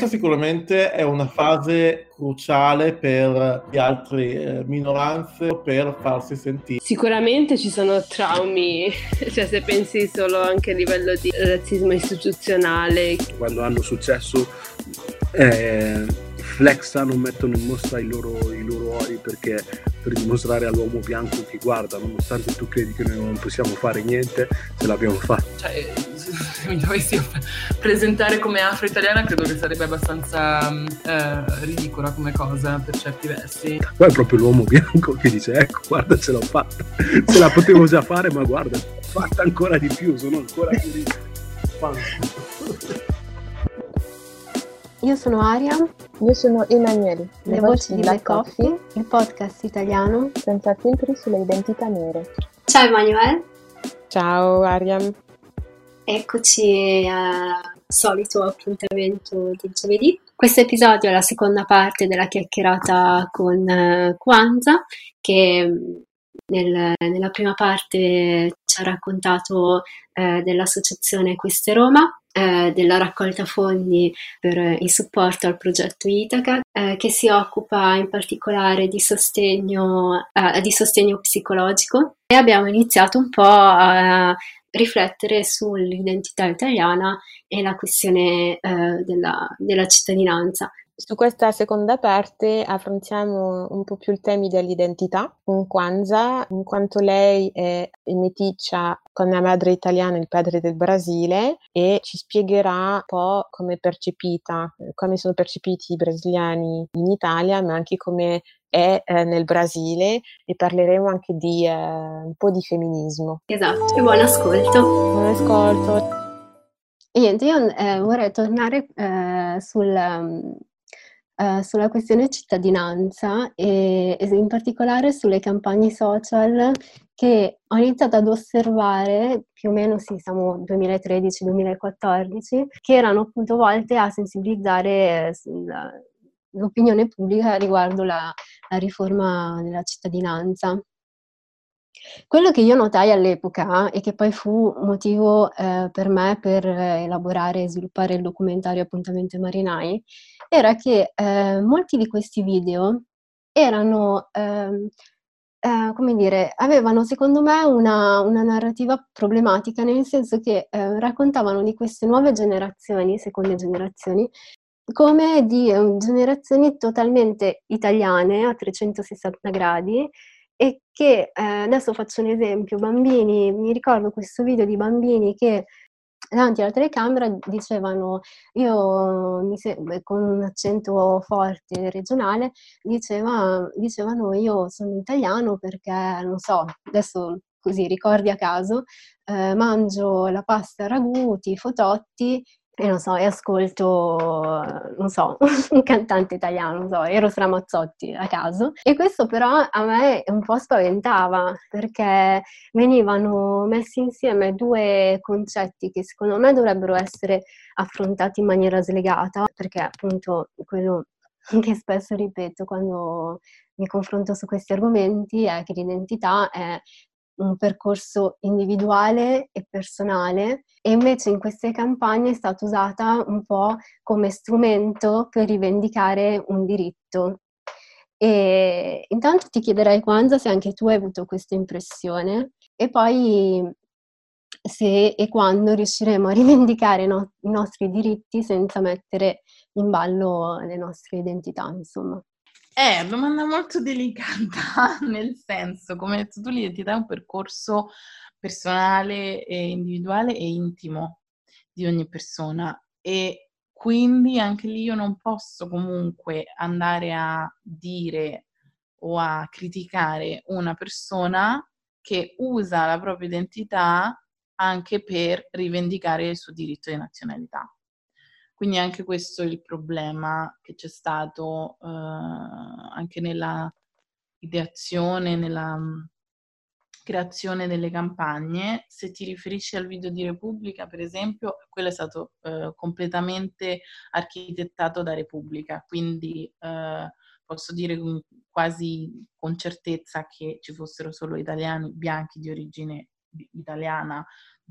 questa sicuramente è una fase cruciale per le altre minoranze per farsi sentire. Sicuramente ci sono traumi, cioè se pensi solo anche a livello di razzismo istituzionale. Quando hanno successo flexano, mettono in mostra i loro ori per dimostrare all'uomo bianco che guarda, nonostante tu credi che noi non possiamo fare niente, ce l'abbiamo fatta. Cioè, se mi dovessi presentare come afro-italiana credo che sarebbe abbastanza ridicola come cosa per certi versi. Poi è proprio l'uomo bianco che dice ecco guarda ce l'ho fatta, ce la potevo già fare ma guarda, fatta ancora di più, sono ancora più di Io sono Aria. Io sono Emanuele. Le voci di Black Coffee, il podcast italiano senza filtri sulle identità nere. Ciao Emanuele. Ciao Ariam. Eccoci al solito appuntamento di giovedì. Questo episodio è la seconda parte della chiacchierata con Kwanza, che nella prima parte ci ha raccontato dell'associazione Queste Roma, della raccolta fondi per il supporto al progetto Itaca, che si occupa in particolare di sostegno psicologico, e abbiamo iniziato un po' a riflettere sull'identità italiana e la questione della cittadinanza. Su questa seconda parte affrontiamo un po' più i temi dell'identità con Kwanza, in quanto lei è meticcia con la madre italiana e il padre del Brasile, e ci spiegherà un po' come sono percepiti i brasiliani in Italia, ma anche come è nel Brasile, e parleremo anche di un po' di femminismo. Esatto, e buon ascolto. Buon ascolto. E niente, io vorrei tornare sulla questione cittadinanza e in particolare sulle campagne social che ho iniziato ad osservare più o meno, siamo 2013-2014, che erano appunto volte a sensibilizzare l'opinione pubblica riguardo la riforma della cittadinanza. Quello che io notai all'epoca, e che poi fu motivo per me per elaborare e sviluppare il documentario Appuntamento ai Marinai, era che molti di questi video erano, come dire, avevano secondo me una narrativa problematica, nel senso che raccontavano di queste nuove generazioni, seconde generazioni, come di generazioni totalmente italiane a 360 gradi, e che adesso faccio un esempio, bambini, mi ricordo questo video di bambini che davanti alla telecamera dicevano, con un accento forte regionale, dicevano io sono italiano perché, non so, adesso così ricordi a caso, mangio la pasta a ragù, tifototti, e non so, e ascolto, non so, un cantante italiano, non so, Eros Ramazzotti a caso. E questo però a me un po' spaventava, perché venivano messi insieme due concetti che secondo me dovrebbero essere affrontati in maniera slegata, perché appunto quello che spesso ripeto quando mi confronto su questi argomenti è che l'identità è un percorso individuale e personale, e invece in queste campagne è stata usata un po' come strumento per rivendicare un diritto. E intanto ti chiederei, Kwanza, se anche tu hai avuto questa impressione, e poi se e quando riusciremo a rivendicare i nostri diritti senza mettere in ballo le nostre identità, insomma. Domanda molto delicata, nel senso, come hai detto tu, l'identità è un percorso personale e individuale e intimo di ogni persona, e quindi anche lì io non posso comunque andare a dire o a criticare una persona che usa la propria identità anche per rivendicare il suo diritto di nazionalità. Quindi anche questo è il problema che c'è stato anche nella ideazione, nella creazione delle campagne. Se ti riferisci al video di Repubblica, per esempio, quello è stato completamente architettato da Repubblica, quindi posso dire quasi con certezza che ci fossero solo italiani bianchi di origine italiana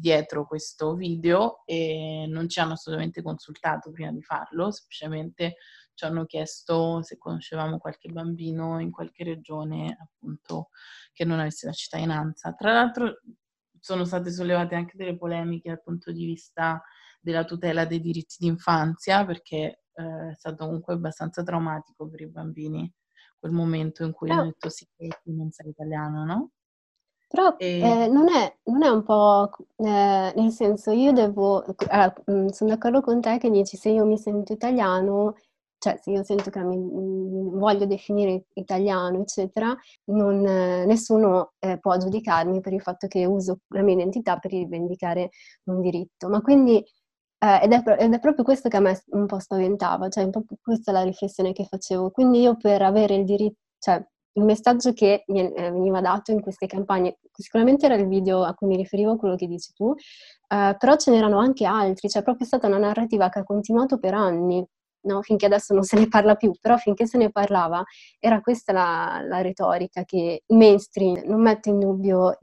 dietro questo video e non ci hanno assolutamente consultato prima di farlo, semplicemente ci hanno chiesto se conoscevamo qualche bambino in qualche regione appunto che non avesse la cittadinanza. Tra l'altro sono state sollevate anche delle polemiche dal punto di vista della tutela dei diritti d'infanzia, perché è stato comunque abbastanza traumatico per i bambini quel momento in cui hanno detto sì, tu non sei italiano, no? Però non è un po', nel senso, io sono d'accordo con te che dici se io mi sento italiano, cioè se io sento che mi voglio definire italiano, eccetera, nessuno può giudicarmi per il fatto che uso la mia identità per rivendicare un diritto. Ma quindi, ed è proprio questo che a me un po' spaventava, cioè proprio questa è la riflessione che facevo. Quindi io per avere il diritto, cioè il messaggio che veniva dato in queste campagne, sicuramente era il video a cui mi riferivo, quello che dici tu, però ce n'erano anche altri, cioè è proprio stata una narrativa che ha continuato per anni, no? Finché adesso non se ne parla più, però finché se ne parlava era questa la retorica, che il mainstream non mette in dubbio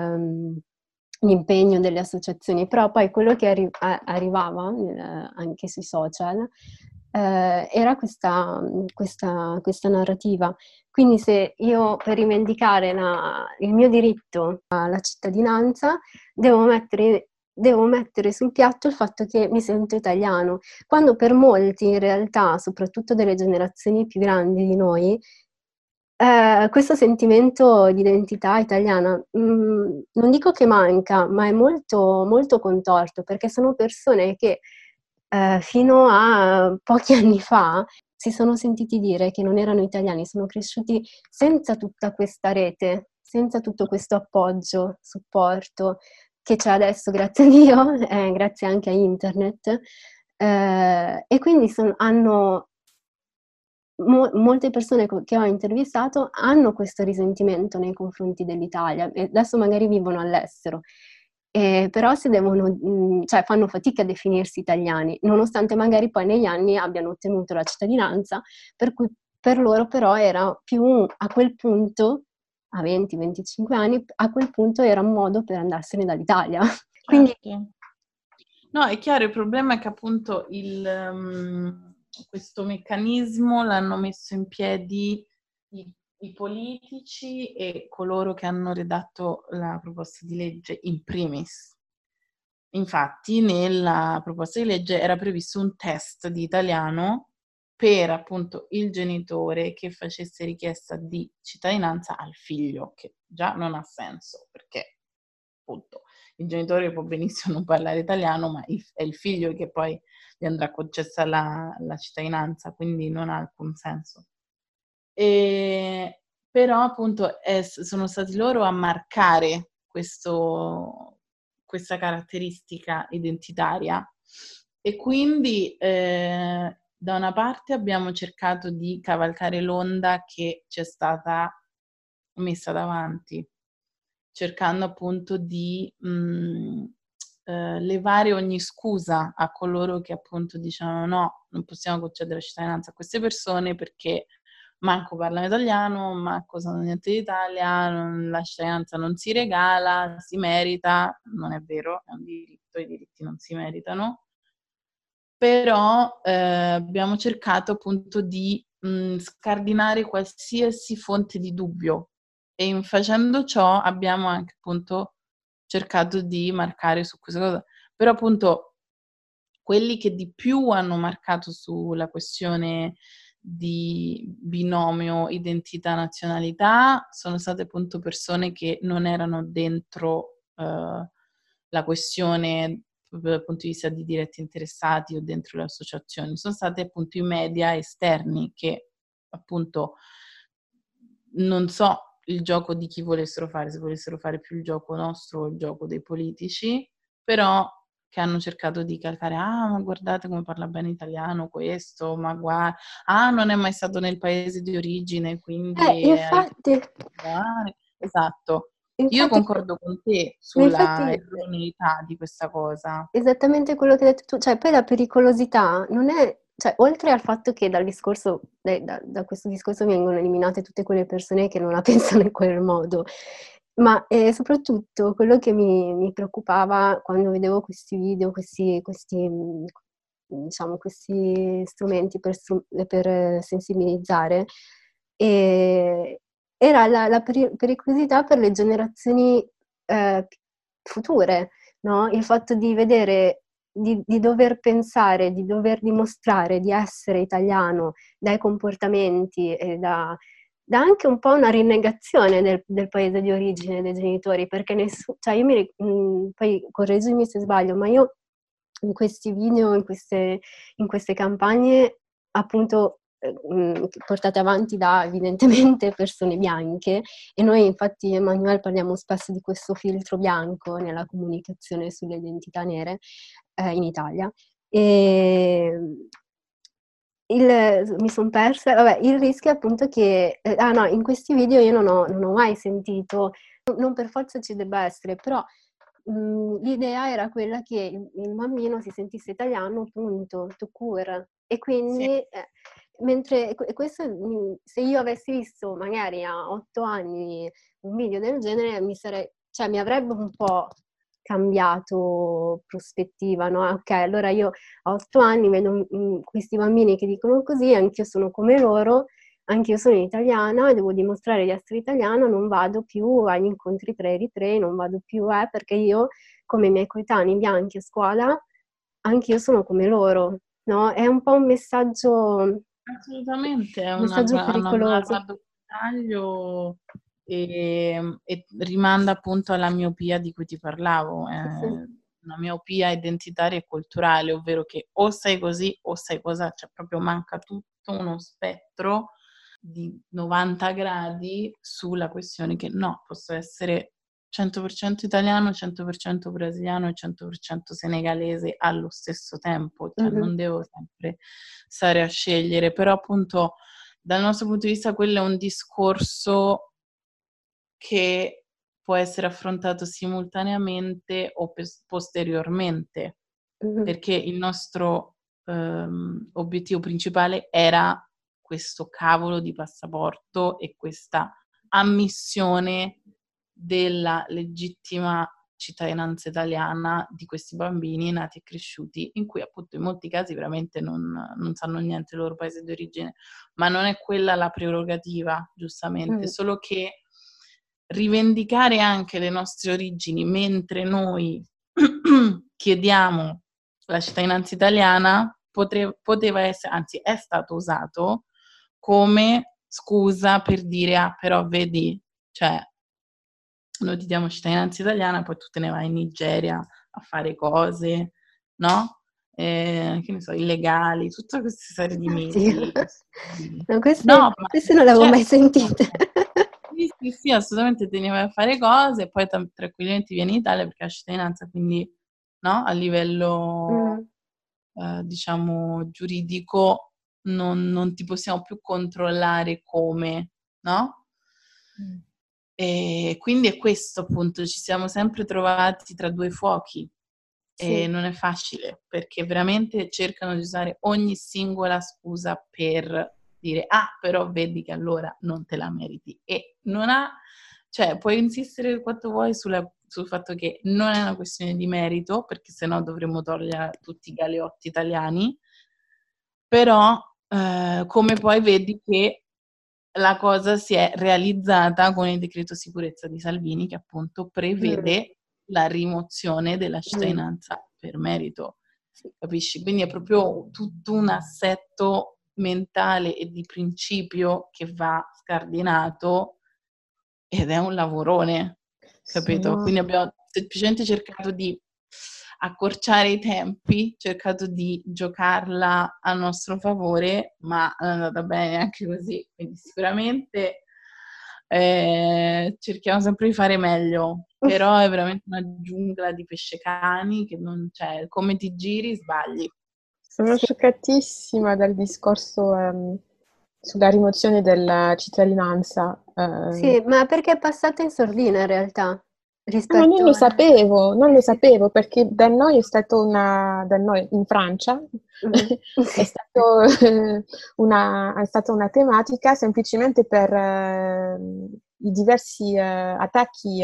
l'impegno delle associazioni, però poi quello che arrivava anche sui social era questa narrativa. Quindi se io per rivendicare il mio diritto alla cittadinanza devo mettere sul piatto il fatto che mi sento italiano, quando per molti in realtà, soprattutto delle generazioni più grandi di noi, questo sentimento di identità italiana, non dico che manca, ma è molto, molto contorto, perché sono persone che fino a pochi anni fa si sono sentiti dire che non erano italiani, sono cresciuti senza tutta questa rete, senza tutto questo appoggio, supporto che c'è adesso, grazie a Dio, grazie anche a internet, e quindi molte persone che ho intervistato hanno questo risentimento nei confronti dell'Italia, e adesso magari vivono all'estero, però cioè fanno fatica a definirsi italiani, nonostante magari poi negli anni abbiano ottenuto la cittadinanza, per cui per loro però era più a quel punto, a 20-25 anni, a quel punto era un modo per andarsene dall'Italia. Quindi no, è chiaro, il problema è che appunto questo meccanismo l'hanno messo in piedi i politici e coloro che hanno redatto la proposta di legge in primis. Infatti nella proposta di legge era previsto un test di italiano per appunto il genitore che facesse richiesta di cittadinanza al figlio, che già non ha senso, perché appunto il genitore può benissimo non parlare italiano, ma è il figlio che poi gli andrà concessa la cittadinanza, quindi non ha alcun senso. Però appunto sono stati loro a marcare questa caratteristica identitaria, e quindi da una parte abbiamo cercato di cavalcare l'onda che ci è stata messa davanti, cercando appunto di levare ogni scusa a coloro che appunto dicevano no, non possiamo concedere la cittadinanza a queste persone perché manco parlano italiano, manco sanno niente d'Italia, la cittadinanza non si regala, si merita. Non è vero, è un diritto, i diritti non si meritano. Però abbiamo cercato appunto di scardinare qualsiasi fonte di dubbio, e in facendo ciò abbiamo anche appunto cercato di marcare su questa cosa. Però appunto quelli che di più hanno marcato sulla questione di binomio identità-nazionalità sono state appunto persone che non erano dentro la questione dal punto di vista di diretti interessati o dentro le associazioni, sono stati appunto i media esterni che appunto non so il gioco di chi volessero fare, se volessero fare più il gioco nostro o il gioco dei politici, però che hanno cercato di calcare, ma guardate come parla bene italiano questo, ma guarda, non è mai stato nel paese di origine, quindi infatti, esatto. infatti, io concordo con te sulla erroneità di questa cosa. Esattamente quello che hai detto tu, cioè poi la pericolosità non è, cioè oltre al fatto che da questo discorso vengono eliminate tutte quelle persone che non la pensano in quel modo, Ma soprattutto quello che mi preoccupava quando vedevo questi video, diciamo, questi strumenti per sensibilizzare, era la pericolosità per le generazioni future, no? Il fatto di vedere, di dover pensare, di dover dimostrare di essere italiano dai comportamenti e da anche un po' una rinnegazione del paese di origine dei genitori, perché cioè poi correggimi se sbaglio, ma io in questi video, in queste campagne, appunto, portate avanti da evidentemente persone bianche, e noi infatti Emanuele parliamo spesso di questo filtro bianco nella comunicazione sulle identità nere in Italia. Mi sono persa, vabbè, il rischio è appunto che, no, in questi video io non ho mai sentito, non per forza ci debba essere, però l'idea era quella che il bambino si sentisse italiano, punto, tout court. E quindi, sì. Mentre questo, se io avessi visto magari a 8 anni un video del genere, mi avrebbe un po' cambiato prospettiva, no? Ok, allora io a 8 anni vedo questi bambini che dicono così, anch'io sono come loro, anch'io sono italiana, devo dimostrare di essere italiana, non vado più agli incontri tra eritrei, non vado più perché io, come i miei coetanei bianchi a scuola, anch'io sono come loro, no? È un po' un messaggio... Assolutamente, è un messaggio pericoloso. una taglio e rimanda appunto alla miopia di cui ti parlavo, una miopia identitaria e culturale, ovvero che o sei così o sei cosa, cioè proprio manca tutto uno spettro di 90 gradi sulla questione che no, posso essere 100% italiano, 100% brasiliano e 100% senegalese allo stesso tempo, cioè non devo sempre stare a scegliere, però appunto dal nostro punto di vista quello è un discorso che può essere affrontato simultaneamente o posteriormente, perché il nostro obiettivo principale era questo cavolo di passaporto e questa ammissione della legittima cittadinanza italiana di questi bambini nati e cresciuti, in cui appunto in molti casi veramente non sanno niente del loro paese di origine, ma non è quella la prerogativa, giustamente, solo che rivendicare anche le nostre origini mentre noi chiediamo la cittadinanza italiana poteva essere, anzi è stato usato come scusa per dire però vedi, cioè noi ti diamo cittadinanza italiana, poi tu te ne vai in Nigeria a fare cose, no? Che ne so, illegali, tutta questa serie di miti. No, queste non le avevo mai sentite. Sì, assolutamente te ne vai a fare cose e poi tranquillamente vieni in Italia perché hai la cittadinanza, quindi no? A livello diciamo giuridico non ti possiamo più controllare come, no? E quindi è questo appunto, ci siamo sempre trovati tra due fuochi e non è facile perché veramente cercano di usare ogni singola scusa per dire però vedi che allora non te la meriti e non ha, cioè puoi insistere quanto vuoi sul fatto che non è una questione di merito perché sennò dovremmo togliere tutti i galeotti italiani, però come poi vedi che la cosa si è realizzata con il decreto sicurezza di Salvini che appunto prevede la rimozione della cittadinanza per merito, capisci? Quindi è proprio tutto un assetto mentale e di principio che va scardinato ed è un lavorone, capito? Sì. Quindi abbiamo semplicemente cercato di accorciare i tempi, cercato di giocarla a nostro favore, ma non è andata bene anche così, quindi sicuramente cerchiamo sempre di fare meglio, però è veramente una giungla di pescecani che non c'è, come ti giri sbagli. Sono scioccatissima dal discorso sulla rimozione della cittadinanza. Sì, ma perché è passata in sordina in realtà? Ma non lo sapevo perché da noi è stato da noi in Francia è stata una tematica semplicemente per i diversi attacchi,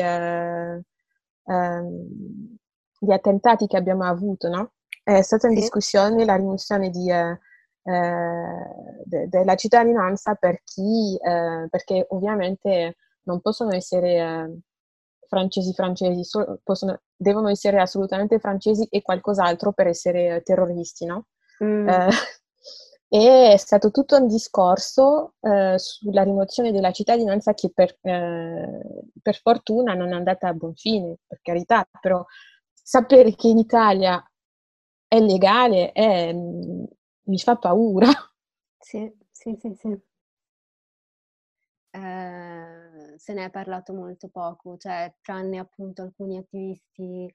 gli attentati che abbiamo avuto, no? È stata in Sì. discussione la rimozione della cittadinanza per perché ovviamente non possono essere francesi, devono essere assolutamente francesi e qualcos'altro per essere terroristi, no? E è stato tutto un discorso sulla rimozione della cittadinanza che per fortuna non è andata a buon fine, per carità, però sapere che in Italia è legale mi fa paura. Sì. Se ne è parlato molto poco, cioè tranne appunto alcuni attivisti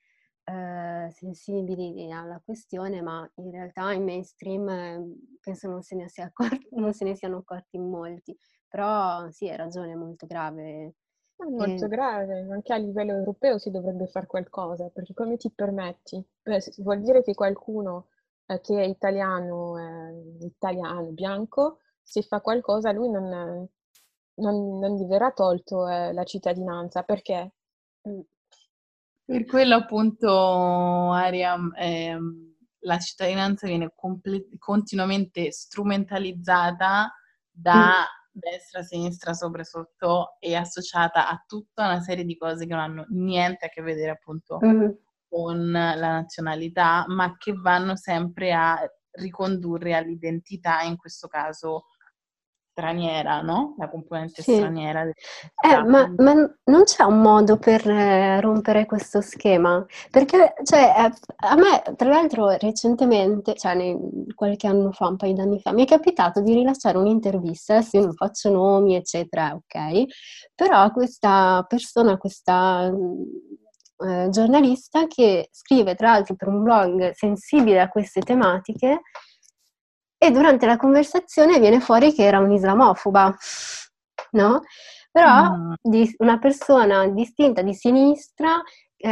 sensibili alla questione, ma in realtà in mainstream penso non se ne siano accorti in molti, però sì, hai ragione, è molto grave. È molto grave, anche a livello europeo si dovrebbe fare qualcosa, perché come ti permetti? Vuol dire che qualcuno che è italiano, bianco, se fa qualcosa lui non gli verrà tolto la cittadinanza, perché? Per quello appunto, Aria, la cittadinanza viene continuamente strumentalizzata da destra, sinistra, sopra, sotto e associata a tutta una serie di cose che non hanno niente a che vedere appunto con la nazionalità, ma che vanno sempre a ricondurre all'identità, in questo caso straniera, no? La componente straniera. Ma non c'è un modo per rompere questo schema? Perché, cioè, a me, tra l'altro, recentemente, cioè qualche anno fa, un paio d'anni fa, mi è capitato di rilasciare un'intervista, adesso io non faccio nomi, eccetera, ok? Però questa persona, questa giornalista che scrive, tra l'altro, per un blog sensibile a queste tematiche, e durante la conversazione viene fuori che era un'islamofoba, no? Però una persona distinta di sinistra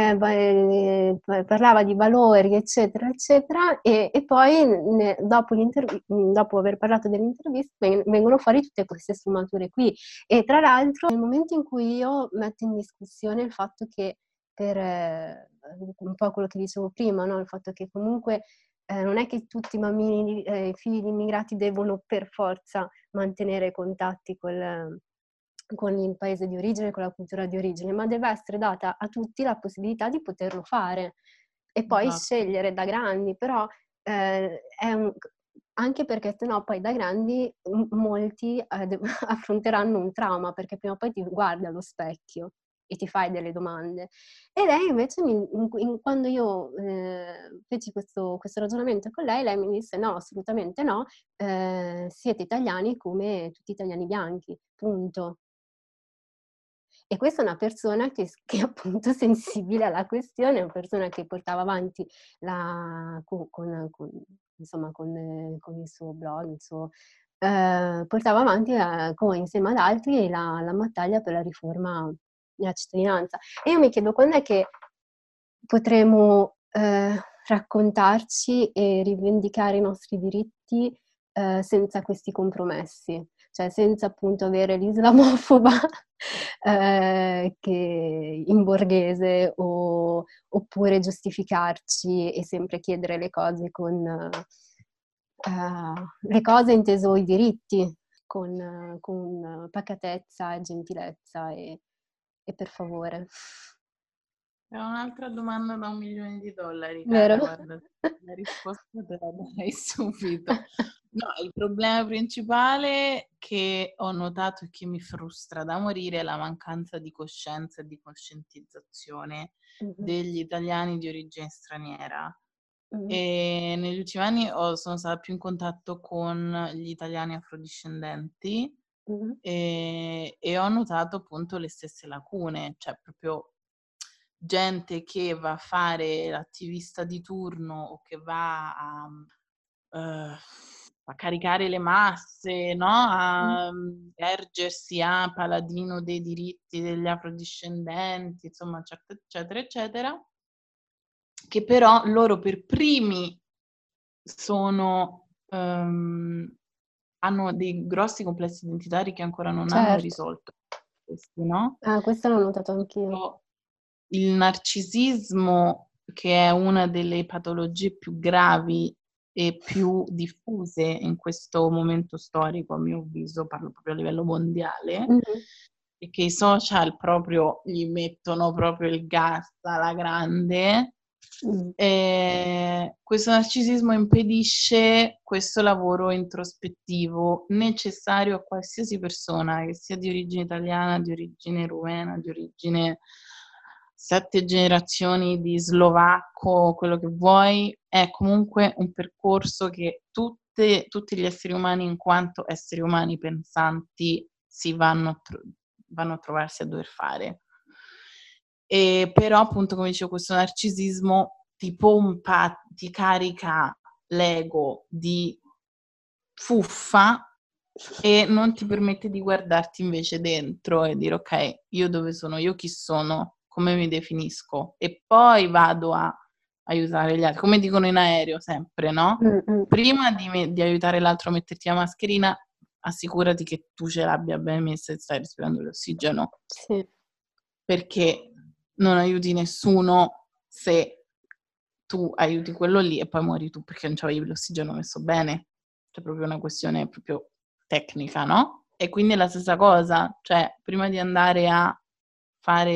parlava di valori, eccetera, eccetera, e poi dopo aver parlato dell'intervista vengono fuori tutte queste sfumature qui. E tra l'altro, nel momento in cui io metto in discussione il fatto che un po' quello che dicevo prima, no? Il fatto che comunque non è che tutti i bambini, figli di immigrati devono per forza mantenere contatti con il paese di origine, con la cultura di origine, ma deve essere data a tutti la possibilità di poterlo fare e poi scegliere da grandi, però anche perché sennò poi da grandi molti affronteranno un trauma, perché prima o poi ti guardi allo specchio e ti fai delle domande. E lei invece, quando io feci questo ragionamento con lei mi disse no, assolutamente no, siete italiani come tutti gli italiani bianchi, punto. E questa è una persona che appunto è sensibile alla questione, è una persona che portava avanti insomma, con il suo blog, portava avanti insieme ad altri la battaglia per la riforma della cittadinanza. E io mi chiedo quando è che potremo raccontarci e rivendicare i nostri diritti senza questi compromessi, cioè senza appunto avere l'islamofoba che in borghese oppure giustificarci e sempre chiedere le cose con le cose inteso i diritti con pacatezza e gentilezza e per favore. È un'altra domanda da $1.000.000, Vero? guarda, la risposta te la darei subito. No, il problema principale che ho notato e che mi frustra da morire è la mancanza di coscienza e di coscientizzazione degli italiani di origine straniera. E negli ultimi anni sono stata più in contatto con gli italiani afrodiscendenti e ho notato appunto le stesse lacune, cioè proprio gente che va a fare l'attivista di turno o che va a caricare le masse, no? A ergersi a paladino dei diritti degli afrodiscendenti, insomma, eccetera, eccetera, che però loro per primi hanno dei grossi complessi identitari che ancora non hanno risolto. questi, no? Questo l'ho notato anch'io. Il narcisismo, che è una delle patologie più gravi e più diffuse in questo momento storico, a mio avviso, parlo proprio a livello mondiale, e che i social proprio gli mettono proprio il gas alla grande. Questo narcisismo impedisce questo lavoro introspettivo necessario a qualsiasi persona, che sia di origine italiana, di origine rumena, di origine 7 generazioni di slovacco, quello che vuoi. È comunque un percorso che tutti gli esseri umani, in quanto esseri umani pensanti, si vanno a trovarsi a dover fare. E però, appunto, come dicevo, questo narcisismo ti pompa, ti carica l'ego di fuffa e non ti permette di guardarti invece dentro e dire: ok, io dove sono, io chi sono, come mi definisco, e poi vado a aiutare gli altri, come dicono in aereo sempre, no? Prima di aiutare l'altro a metterti la mascherina, assicurati che tu ce l'abbia ben messa e stai respirando l'ossigeno. Sì. Perché non aiuti nessuno se tu aiuti quello lì e poi muori tu perché non c'avevi l'ossigeno messo bene. C'è proprio una questione proprio tecnica, no? E quindi è la stessa cosa, cioè prima di andare a fare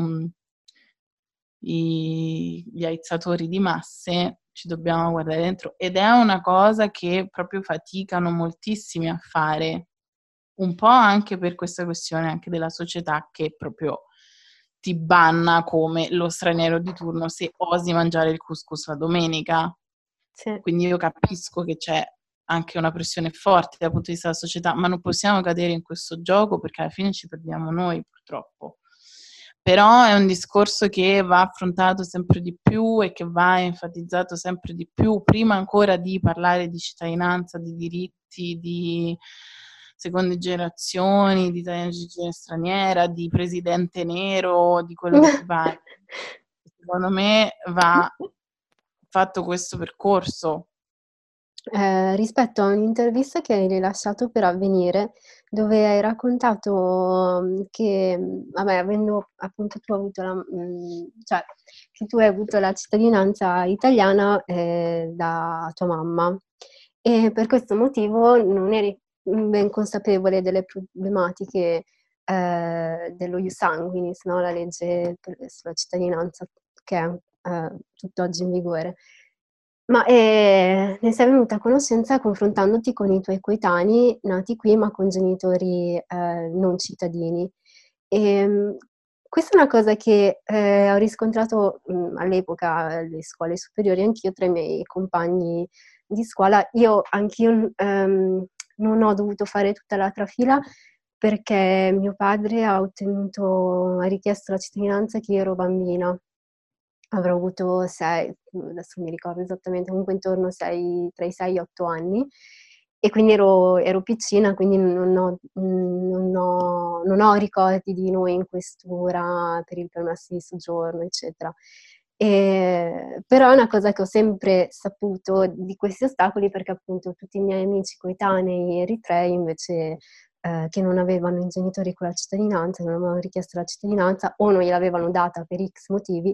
gli aizzatori di masse ci dobbiamo guardare dentro, ed è una cosa che proprio faticano moltissimi a fare, un po' anche per questa questione anche della società che proprio ti banna come lo straniero di turno se osi mangiare il couscous la domenica. Sì. Quindi io capisco che c'è anche una pressione forte dal punto di vista della società, ma non possiamo cadere in questo gioco perché alla fine ci perdiamo noi, purtroppo. Però è un discorso che va affrontato sempre di più e che va enfatizzato sempre di più, prima ancora di parlare di cittadinanza, di diritti, di seconde generazioni, di italiani di origine straniera, di presidente nero, di quello che ti pare. Secondo me va fatto questo percorso. Rispetto a un'intervista che hai rilasciato per Avvenire, dove hai raccontato che, vabbè, avendo appunto tu avuto cioè che tu hai avuto la cittadinanza italiana da tua mamma e per questo motivo non eri ben consapevole delle problematiche dello ius sanguinis, no? La legge sulla cittadinanza che è tutt'oggi in vigore. Ma ne sei venuta a conoscenza confrontandoti con i tuoi coetanei nati qui ma con genitori non cittadini. Questa è una cosa che ho riscontrato all'epoca alle scuole superiori, anch'io tra i miei compagni di scuola. Anch'io non ho dovuto fare tutta la trafila perché mio padre ha richiesto la cittadinanza che io ero bambina. Avrò avuto adesso mi ricordo esattamente, comunque intorno tra i 6 e gli 8 anni, e quindi ero piccina, quindi non ho ricordi di noi in questura per il permesso di soggiorno, eccetera. Però è una cosa che ho sempre saputo di questi ostacoli, perché appunto tutti i miei amici coetanei eritrei invece che non avevano i genitori con la cittadinanza, non avevano richiesto la cittadinanza o non gliel'avevano data per X motivi,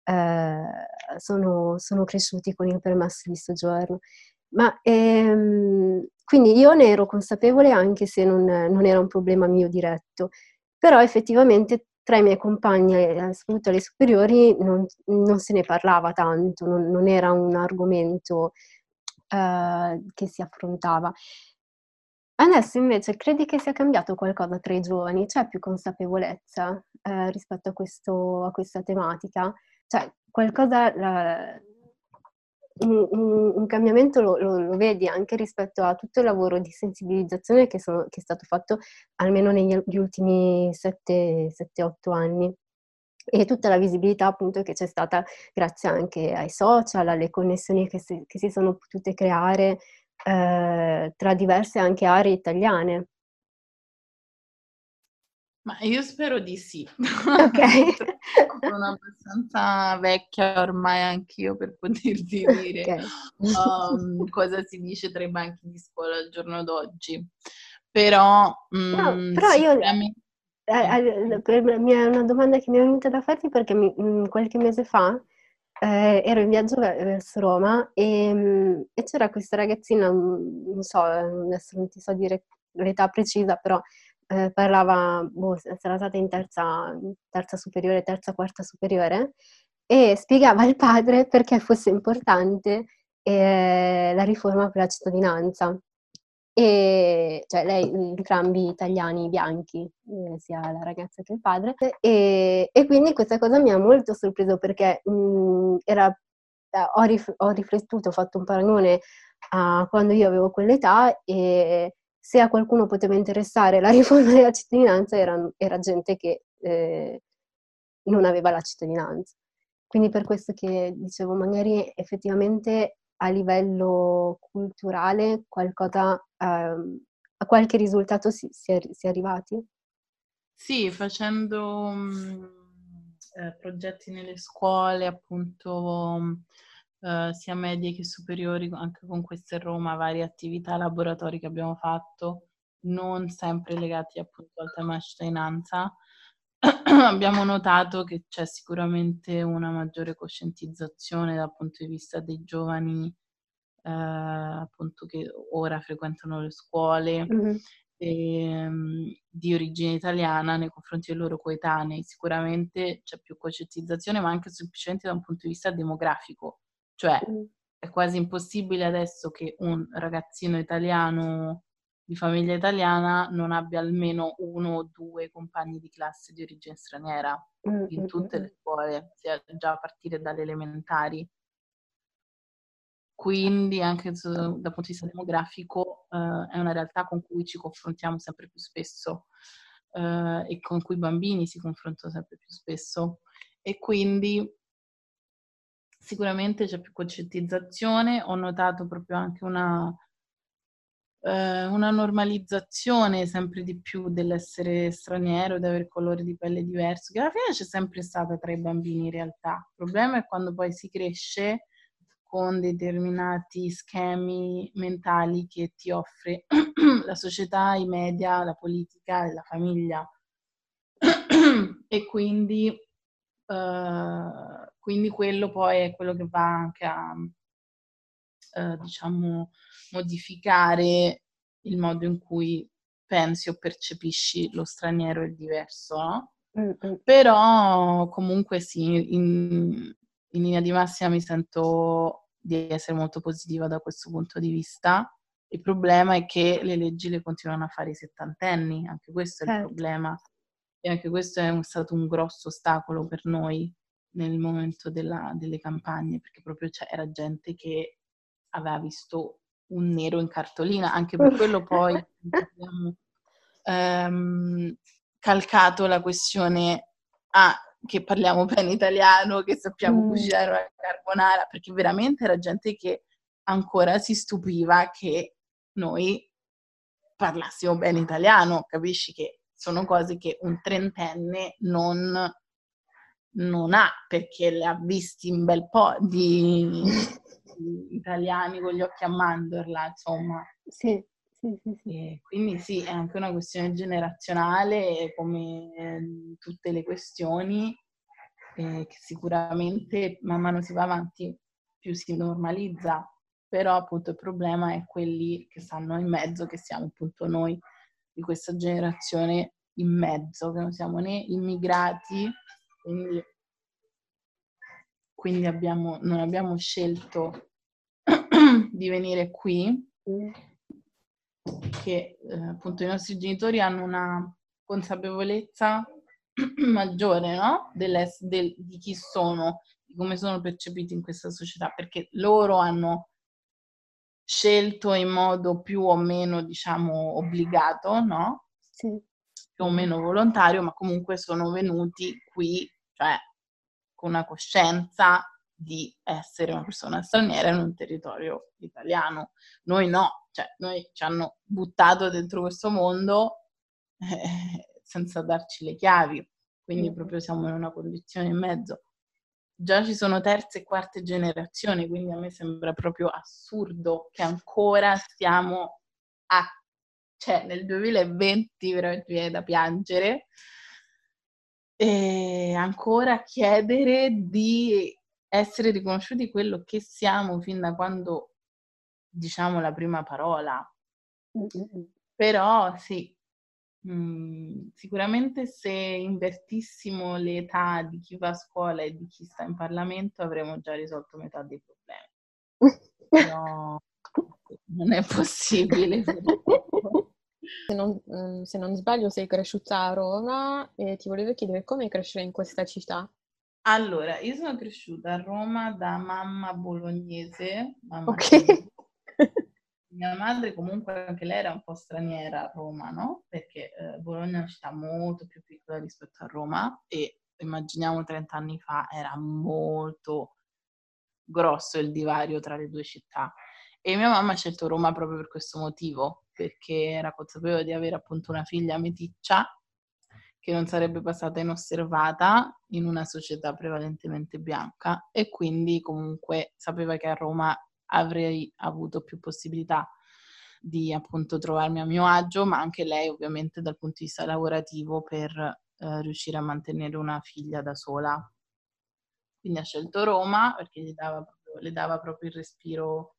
sono cresciuti con il permesso di soggiorno. Ma quindi io ne ero consapevole anche se non era un problema mio diretto, però effettivamente tra i miei compagni, soprattutto alle superiori, non se ne parlava tanto, non era un argomento che si affrontava. Adesso invece credi che sia cambiato qualcosa tra i giovani? C'è più consapevolezza rispetto a questa tematica? Cioè, qualcosa, un cambiamento lo vedi anche rispetto a tutto il lavoro di sensibilizzazione che è stato fatto almeno negli ultimi 7-8 anni, e tutta la visibilità appunto che c'è stata grazie anche ai social, alle connessioni che si sono potute creare tra diverse anche aree italiane. Ma io spero di sì. Ok. Sono abbastanza vecchia ormai anch'io per poterti dire Okay. cosa si dice tra i banchi di scuola al giorno d'oggi. Però Però io sicuramente... è una domanda che mi è venuta da farti perché qualche mese fa ero in viaggio verso Roma e c'era questa ragazzina, non so, adesso non ti so dire l'età precisa, però parlava, sarà stata in terza superiore, terza, quarta superiore, e spiegava al padre perché fosse importante la riforma per la cittadinanza. E cioè lei, entrambi italiani bianchi, sia la ragazza che il padre, e quindi questa cosa mi ha molto sorpreso perché ho riflettuto, ho fatto un paragone a quando io avevo quell'età e se a qualcuno poteva interessare la riforma della cittadinanza era gente che non aveva la cittadinanza. Quindi per questo che dicevo, magari effettivamente a livello culturale qualcosa, a qualche risultato si è arrivati? Sì, facendo progetti nelle scuole, appunto, sia medie che superiori, anche con queste a Roma, varie attività, laboratori che abbiamo fatto, non sempre legati appunto al tema cittadinanza. Abbiamo notato che c'è sicuramente una maggiore coscientizzazione dal punto di vista dei giovani appunto che ora frequentano le scuole di origine italiana nei confronti dei loro coetanei. Sicuramente c'è più coscientizzazione, ma anche semplicemente da un punto di vista demografico, cioè è quasi impossibile adesso che un ragazzino italiano di famiglia italiana non abbia almeno 1 o 2 compagni di classe di origine straniera in tutte le scuole, sia già a partire dalle elementari. Quindi anche dal punto di vista demografico è una realtà con cui ci confrontiamo sempre più spesso e con cui i bambini si confrontano sempre più spesso, e quindi sicuramente c'è più coscientizzazione. Ho notato proprio anche una normalizzazione sempre di più dell'essere straniero, di avere colori di pelle diverso, che alla fine c'è sempre stata tra i bambini in realtà. Il problema è quando poi si cresce con determinati schemi mentali che ti offre la società, i media, la politica e la famiglia. E quindi quello poi è quello che va anche a diciamo modificare il modo in cui pensi o percepisci lo straniero e il diverso, no? Però comunque sì, in linea di massima mi sento di essere molto positiva da questo punto di vista. Il problema è che le leggi le continuano a fare i settantenni, anche questo è il problema, e anche questo è stato un grosso ostacolo per noi nel momento delle campagne, perché proprio c'era gente che aveva visto un nero in cartolina. Anche per quello poi abbiamo calcato la questione che parliamo bene italiano, che sappiamo cucinare una carbonara, perché veramente era gente che ancora si stupiva che noi parlassimo bene italiano. Capisci che sono cose che un trentenne non ha, perché le ha visti un bel po' di italiani con gli occhi a mandorla, insomma. Sì. E quindi sì, è anche una questione generazionale, come tutte le questioni, che sicuramente man mano si va avanti più si normalizza, però appunto il problema è quelli che stanno in mezzo, che siamo appunto noi di questa generazione in mezzo, che non siamo né immigrati, quindi non abbiamo scelto di venire qui, che appunto i nostri genitori hanno una consapevolezza maggiore, no? Di chi sono, di come sono percepiti in questa società, perché loro hanno scelto in modo più o meno, diciamo, obbligato, no? Sì. Più o meno volontario, ma comunque sono venuti qui, cioè con una coscienza di essere una persona straniera in un territorio italiano. Noi no, cioè noi ci hanno buttato dentro questo mondo senza darci le chiavi, quindi proprio siamo in una condizione in mezzo. Già ci sono terze e quarte generazioni, quindi a me sembra proprio assurdo che ancora stiamo cioè nel 2020 veramente viene da piangere, E ancora chiedere di essere riconosciuti quello che siamo fin da quando diciamo la prima parola. Però sì, sicuramente se invertissimo le età di chi va a scuola e di chi sta in Parlamento avremo già risolto metà dei problemi. Però non è possibile. Se non sbaglio sei cresciuta a Roma e ti volevo chiedere come crescere in questa città. Allora, io sono cresciuta a Roma da mamma bolognese, mamma Ok. Silvia. Mia madre comunque anche lei era un po' straniera a Roma, no? Perché Bologna è una città molto più piccola rispetto a Roma e immaginiamo 30 anni fa era molto grosso il divario tra le due città. E mia mamma ha scelto Roma proprio per questo motivo, perché era consapevole di avere appunto una figlia meticcia che non sarebbe passata inosservata in una società prevalentemente bianca e quindi comunque sapeva che a Roma avrei avuto più possibilità di appunto trovarmi a mio agio, ma anche lei ovviamente dal punto di vista lavorativo per riuscire a mantenere una figlia da sola. Quindi ha scelto Roma perché le dava proprio il respiro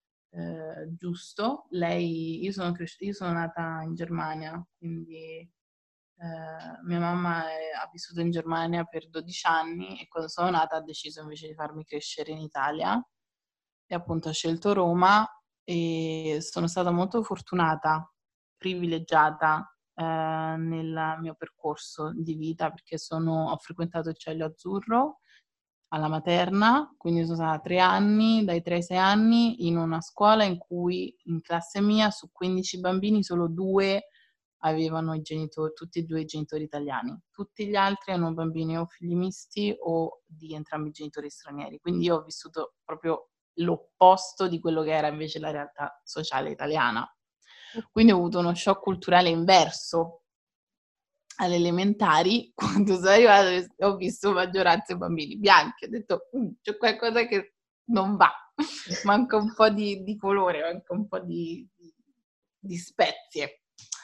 giusto. Io sono nata in Germania, quindi mia mamma ha vissuto in Germania per 12 anni e quando sono nata ha deciso invece di farmi crescere in Italia e appunto ha scelto Roma e sono stata molto fortunata, privilegiata nel mio percorso di vita perché ho frequentato il Cielo Azzurro alla materna, quindi sono stata 3 anni, dai 3 ai 6 anni, in una scuola in cui in classe mia su 15 bambini solo 2 avevano tutti e 2 i genitori italiani. Tutti gli altri erano bambini o figli misti o di entrambi i genitori stranieri. Quindi io ho vissuto proprio l'opposto di quello che era invece la realtà sociale italiana. Quindi ho avuto uno shock culturale inverso alle elementari, quando sono arrivata e ho visto maggioranza bambini bianchi. Ho detto, c'è qualcosa che non va, manca un po' di colore, manca un po' di spezie.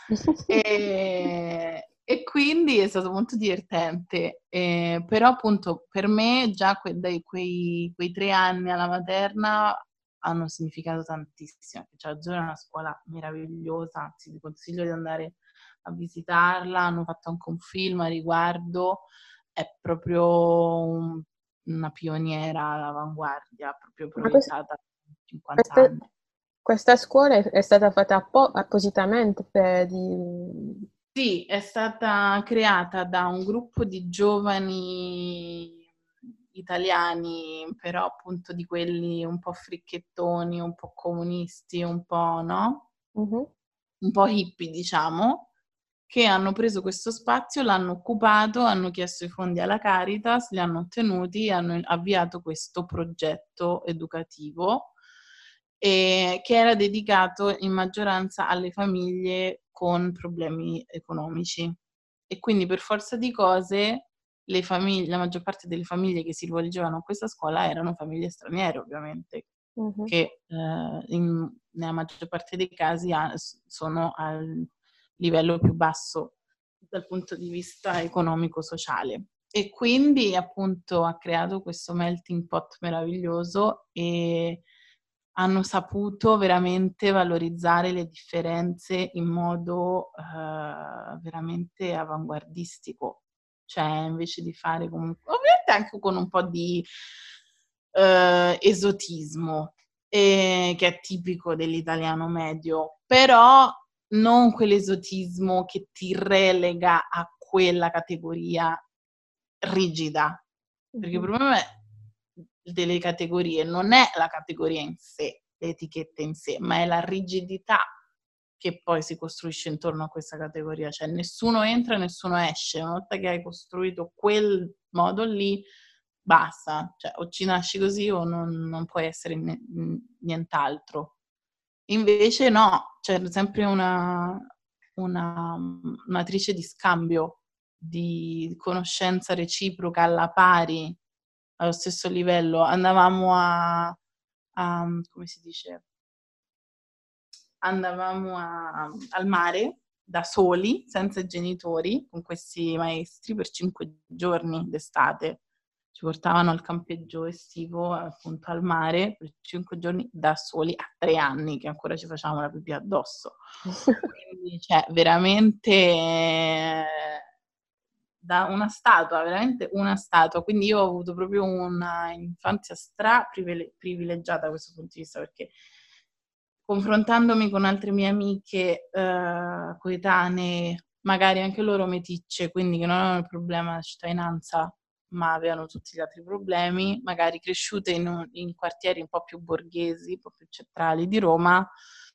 E quindi è stato molto divertente. Però appunto per me già quei 3 anni alla materna hanno significato tantissimo. Cioè, Azzurra è una scuola meravigliosa, anzi ti consiglio di andare a visitarla, hanno fatto anche un film a riguardo, è proprio una pioniera all'avanguardia, proprio Ma questa, proiettata 50 questa- anni. questa scuola è stata fatta appositamente Sì, è stata creata da un gruppo di giovani italiani, però appunto di quelli un po' fricchettoni, un po' comunisti, un po', no? Mhm. Un po' hippie, diciamo, che hanno preso questo spazio, l'hanno occupato, hanno chiesto i fondi alla Caritas, li hanno ottenuti e hanno avviato questo progetto educativo che era dedicato in maggioranza alle famiglie con problemi economici. E quindi per forza di cose la maggior parte delle famiglie che si rivolgevano a questa scuola erano famiglie straniere, ovviamente, Mhm. che nella maggior parte dei casi sono al livello più basso dal punto di vista economico-sociale. E quindi appunto ha creato questo melting pot meraviglioso e hanno saputo veramente valorizzare le differenze in modo veramente avanguardistico. Cioè, invece di fare comunque, ovviamente anche con un po' di esotismo, che è tipico dell'italiano medio, però non quell'esotismo che ti relega a quella categoria rigida. Perché il problema delle categorie non è la categoria in sé, l'etichetta in sé, ma è la rigidità che poi si costruisce intorno a questa categoria. Cioè nessuno entra, nessuno esce. Una volta che hai costruito quel modo lì, basta. Cioè o ci nasci così o non puoi essere nient'altro. Invece no, c'è sempre una matrice di scambio, di conoscenza reciproca alla pari, allo stesso livello. Andavamo come si dice? Andavamo al mare da soli, senza i genitori, con questi maestri per 5 giorni d'estate. Ci portavano al campeggio estivo, appunto al mare, per 5 giorni da soli a 3 anni, che ancora ci facevamo la pipì addosso. Quindi, cioè, veramente da una statua, veramente una statua. Quindi io ho avuto proprio una infanzia privilegiata da questo punto di vista, perché confrontandomi con altre mie amiche coetanee, magari anche loro meticce, quindi che non avevano il problema della cittadinanza, ma avevano tutti gli altri problemi, magari cresciute in quartieri un po' più borghesi, un po' più centrali di Roma,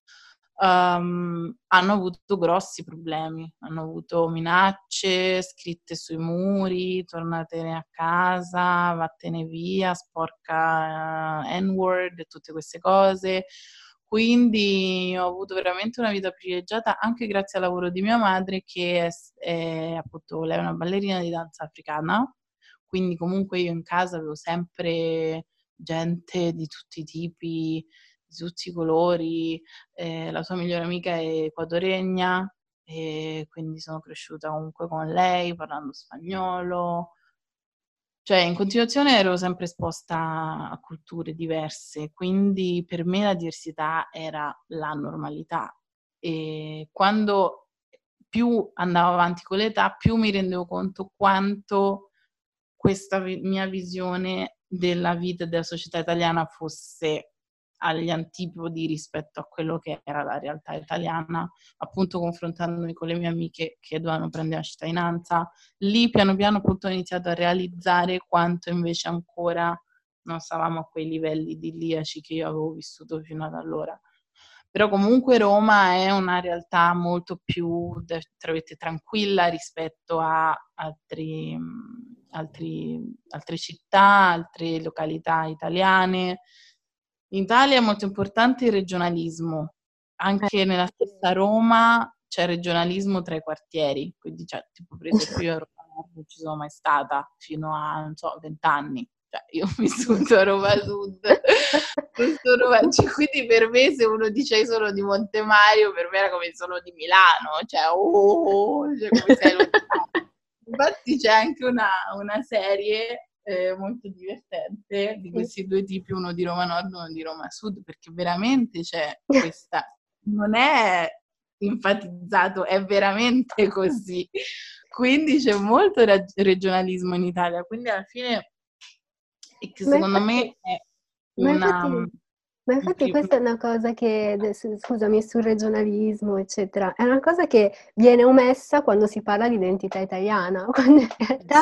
hanno avuto grossi problemi, hanno avuto minacce scritte sui muri, tornatene a casa, vattene via, sporca N-word e tutte queste cose. Quindi ho avuto veramente una vita privilegiata anche grazie al lavoro di mia madre, che è appunto, lei è una ballerina di danza africana, quindi comunque io in casa avevo sempre gente di tutti i tipi, di tutti i colori. La sua migliore amica è equadoregna e quindi sono cresciuta comunque con lei parlando spagnolo. Cioè, in continuazione ero sempre esposta a culture diverse, quindi per me la diversità era la normalità. E quando più andavo avanti con l'età, più mi rendevo conto quanto questa mia visione della vita e della società italiana fosse agli antipodi rispetto a quello che era la realtà italiana, appunto confrontandomi con le mie amiche che dovevano prendere la cittadinanza. Lì piano piano appunto ho iniziato a realizzare quanto invece ancora non stavamo a quei livelli idilliaci che io avevo vissuto fino ad allora. Però comunque Roma è una realtà molto più tranquilla rispetto a altre città, altre località italiane. In Italia è molto importante il regionalismo, anche nella stessa Roma c'è regionalismo tra i quartieri, quindi cioè, tipo per esempio io a Roma non ci sono mai stata fino a, non so, 20 anni. Cioè, io ho vissuto a Roma Sud, cioè, quindi per me se uno dice sono di Montemario, per me era come sono di Milano, cioè, cioè come sei lontano. Infatti c'è anche una serie molto divertente di questi due tipi, uno di Roma Nord e uno di Roma Sud, perché veramente c'è questa, non è enfatizzato, è veramente così. Quindi c'è molto regionalismo in Italia, quindi alla fine e che secondo me è una... Ma infatti questa è una cosa che, scusami, sul regionalismo, eccetera, è una cosa che viene omessa quando si parla di identità italiana, quando in realtà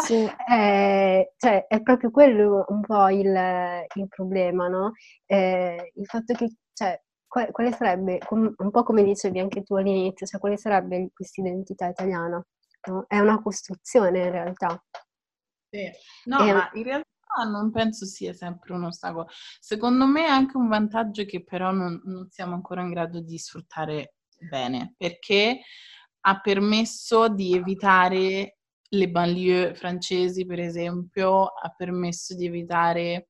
cioè, è proprio quello un po' il problema, no? Il fatto che, cioè, quale sarebbe, un po' come dicevi anche tu all'inizio, cioè quale sarebbe questa identità italiana? No? È una costruzione in realtà. Sì. No, ma in realtà non penso sia sempre un ostacolo. Secondo me è anche un vantaggio che però non siamo ancora in grado di sfruttare bene, perché ha permesso di evitare le banlieue francesi, per esempio, ha permesso di evitare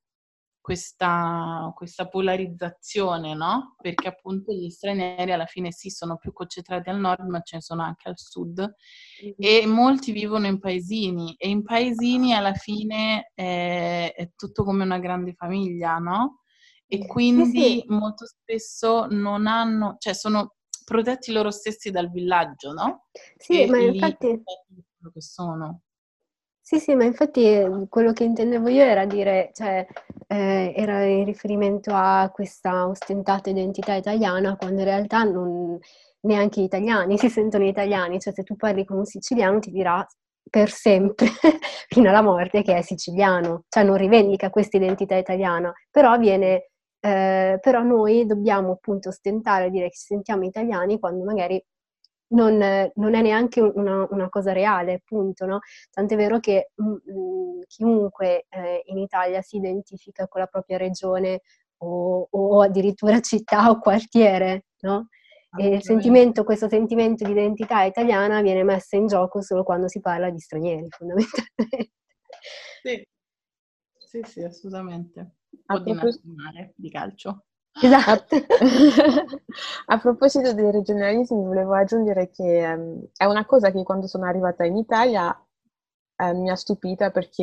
questa polarizzazione, no? Perché appunto gli stranieri alla fine sì, sono più concentrati al nord, ma ce ne sono anche al sud, e molti vivono in paesini, e in paesini alla fine è tutto come una grande famiglia, no? E quindi molto spesso non hanno, cioè sono protetti loro stessi dal villaggio, no? Sì, e ma lì infatti... quello che sono. Sì, ma infatti quello che intendevo io era dire, cioè, era in riferimento a questa ostentata identità italiana, quando in realtà neanche gli italiani si sentono italiani, cioè se tu parli con un siciliano ti dirà per sempre, fino alla morte, che è siciliano, cioè non rivendica questa identità italiana, però però noi dobbiamo appunto ostentare, dire che ci sentiamo italiani quando magari non è neanche una cosa reale, appunto, no? Tant'è vero che chiunque in Italia si identifica con la propria regione o addirittura città o quartiere, no? E questo sentimento di identità italiana viene messo in gioco solo quando si parla di stranieri, fondamentalmente. Sì, assolutamente. O di nazionale, di calcio. Esatto. A proposito dei regionalismi, volevo aggiungere che è una cosa che quando sono arrivata in Italia mi ha stupita perché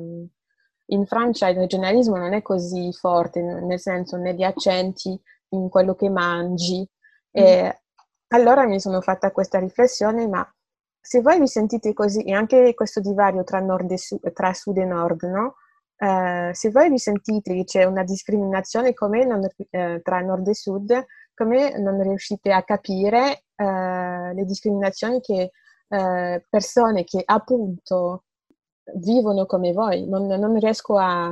in Francia il regionalismo non è così forte, nel senso negli accenti, in quello che mangi. E allora mi sono fatta questa riflessione, ma se voi vi sentite così, e anche questo divario tra nord e tra sud e nord, no? Se voi vi sentite che c'è una discriminazione tra nord e sud, come non riuscite a capire le discriminazioni che persone che appunto vivono come voi? Non riesco a...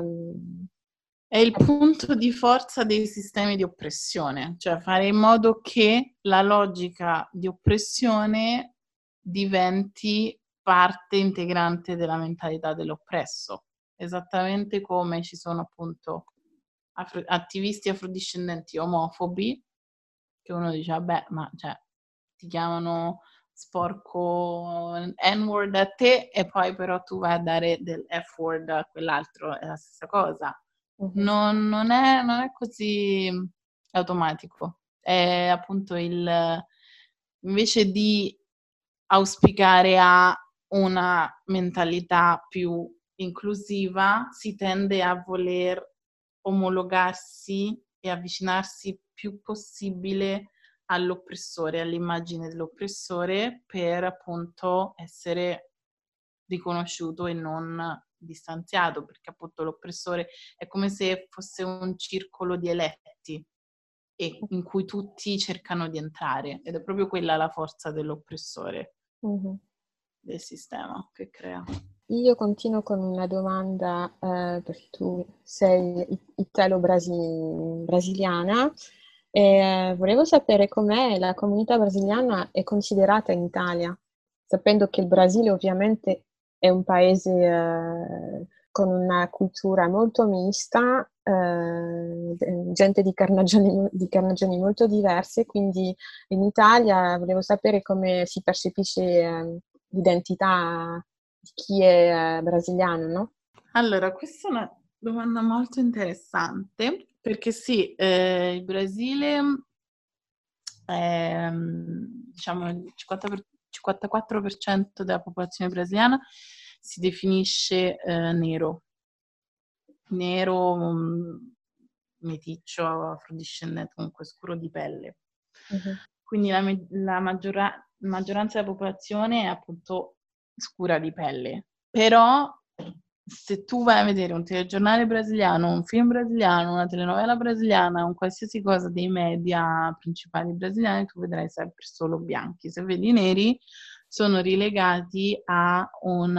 È il punto di forza dei sistemi di oppressione, cioè fare in modo che la logica di oppressione diventi parte integrante della mentalità dell'oppresso, esattamente come ci sono appunto attivisti afrodiscendenti omofobi, che uno dice, vabbè, ma cioè, ti chiamano sporco N-word a te e poi però tu vai a dare del F-word a quell'altro, è la stessa cosa. Non è così automatico. È appunto invece di auspicare a una mentalità più inclusiva, si tende a voler omologarsi e avvicinarsi più possibile all'oppressore, all'immagine dell'oppressore, per appunto essere riconosciuto e non distanziato, perché appunto l'oppressore è come se fosse un circolo di eletti e in cui tutti cercano di entrare, ed è proprio quella la forza dell'oppressore, del sistema che crea. Io continuo con una domanda, perché tu sei italo-brasiliana e volevo sapere com'è la comunità brasiliana è considerata in Italia, sapendo che il Brasile ovviamente è un paese con una cultura molto mista, gente di carnagioni molto diverse, quindi in Italia volevo sapere come si percepisce l'identità di chi è brasiliano, no? Allora, questa è una domanda molto interessante, perché sì, il Brasile è, diciamo, il 54% della popolazione brasiliana si definisce nero, meticcio, afrodiscendente, comunque scuro di pelle. Quindi la maggioranza della popolazione è appunto scura di pelle. Però se tu vai a vedere un telegiornale brasiliano, un film brasiliano, una telenovela brasiliana, un qualsiasi cosa dei media principali brasiliani, tu vedrai sempre solo bianchi. Se vedi neri, sono rilegati a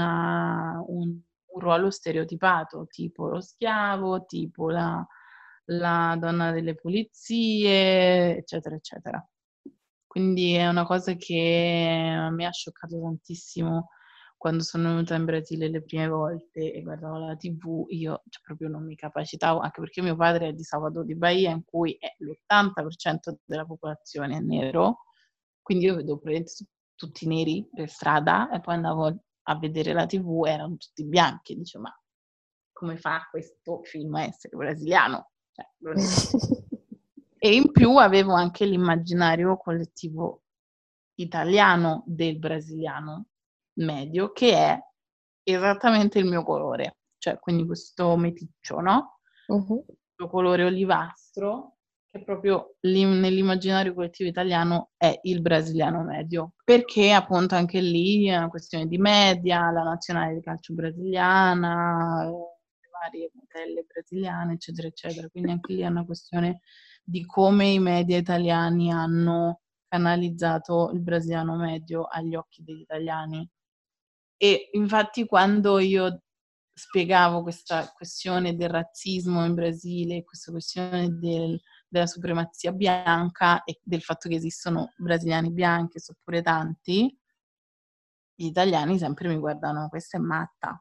un ruolo stereotipato, tipo lo schiavo, tipo la donna delle pulizie, eccetera, eccetera. Quindi è una cosa che mi ha scioccato tantissimo quando sono venuta in Brasile le prime volte e guardavo la TV. Io proprio non mi capacitavo, anche perché mio padre è di Salvador di Bahia, in cui l'80% della popolazione è nero, quindi io vedo tutti neri per strada e poi andavo a vedere la TV, erano tutti bianchi, dicevo, ma come fa questo film a essere brasiliano? Cioè, non esiste. E in più avevo anche l'immaginario collettivo italiano del brasiliano medio, che è esattamente il mio colore, cioè quindi questo meticcio, no? Questo colore olivastro, che proprio nell'immaginario collettivo italiano è il brasiliano medio, perché appunto anche lì è una questione di media, la nazionale di calcio brasiliana, le varie modelle brasiliane, eccetera, eccetera. Quindi anche lì è una questione di come i media italiani hanno canalizzato il brasiliano medio agli occhi degli italiani. E infatti quando io spiegavo questa questione del razzismo in Brasile, questa questione della supremazia bianca e del fatto che esistono brasiliani bianchi, oppure tanti, gli italiani sempre mi guardano, questa è matta,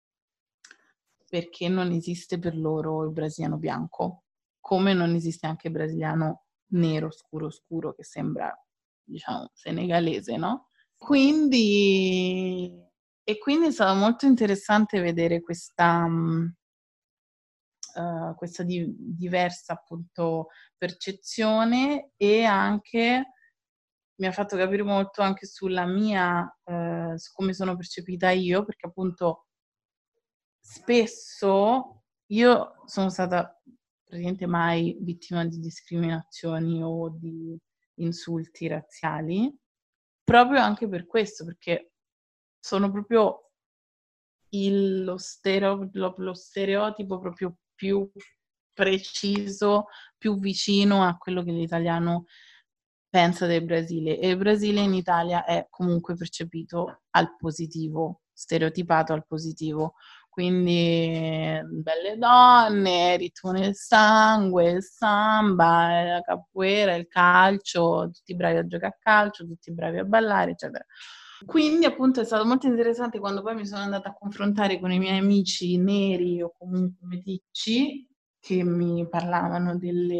perché non esiste per loro il brasiliano bianco, come non esiste anche il brasiliano nero, scuro, che sembra, diciamo, senegalese, no? Quindi è stato molto interessante vedere questa questa diversa appunto percezione, e anche mi ha fatto capire molto anche sulla mia, su come sono percepita io, perché appunto spesso io sono stata praticamente mai vittima di discriminazioni o di insulti razziali, proprio anche per questo, perché sono proprio lo stereotipo proprio più preciso, più vicino a quello che l'italiano pensa del Brasile. E il Brasile in Italia è comunque percepito al positivo, stereotipato al positivo. Quindi belle donne, ritmo nel sangue, il samba, la capoeira, il calcio, tutti bravi a giocare a calcio, tutti bravi a ballare, eccetera. Quindi appunto è stato molto interessante quando poi mi sono andata a confrontare con i miei amici neri o comunque meticci, che mi parlavano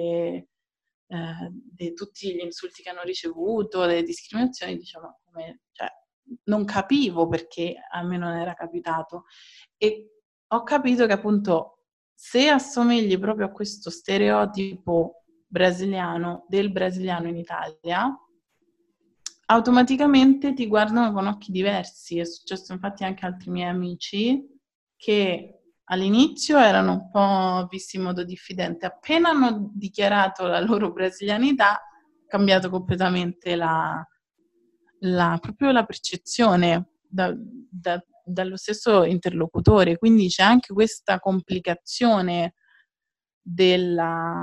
di tutti gli insulti che hanno ricevuto, delle discriminazioni, diciamo, come, cioè, non capivo perché a me non era capitato, e ho capito che appunto se assomigli proprio a questo stereotipo brasiliano, del brasiliano in Italia, automaticamente ti guardano con occhi diversi. È successo infatti anche a altri miei amici che all'inizio erano un po' visti in modo diffidente, appena hanno dichiarato la loro brasilianità, ha cambiato completamente proprio la percezione dallo stesso interlocutore. Quindi c'è anche questa complicazione della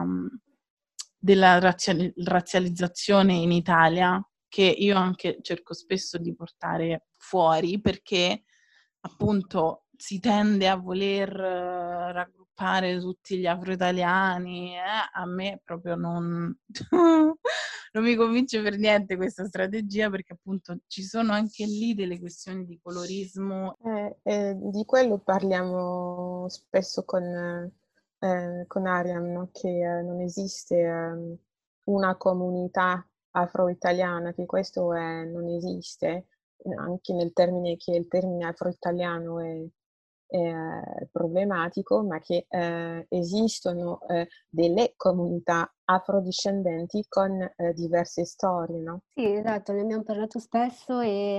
razzializzazione in Italia, che io anche cerco spesso di portare fuori, perché appunto si tende a voler raggruppare tutti gli afro-italiani. A me proprio non mi convince per niente questa strategia, perché appunto ci sono anche lì delle questioni di colorismo. Di quello parliamo spesso con Ariam, no? Che non esiste una comunità afro-italiana, che questo non esiste, anche nel termine, che il termine afro-italiano è problematico, ma che esistono delle comunità afrodiscendenti con diverse storie, no? Sì, esatto, ne abbiamo parlato spesso,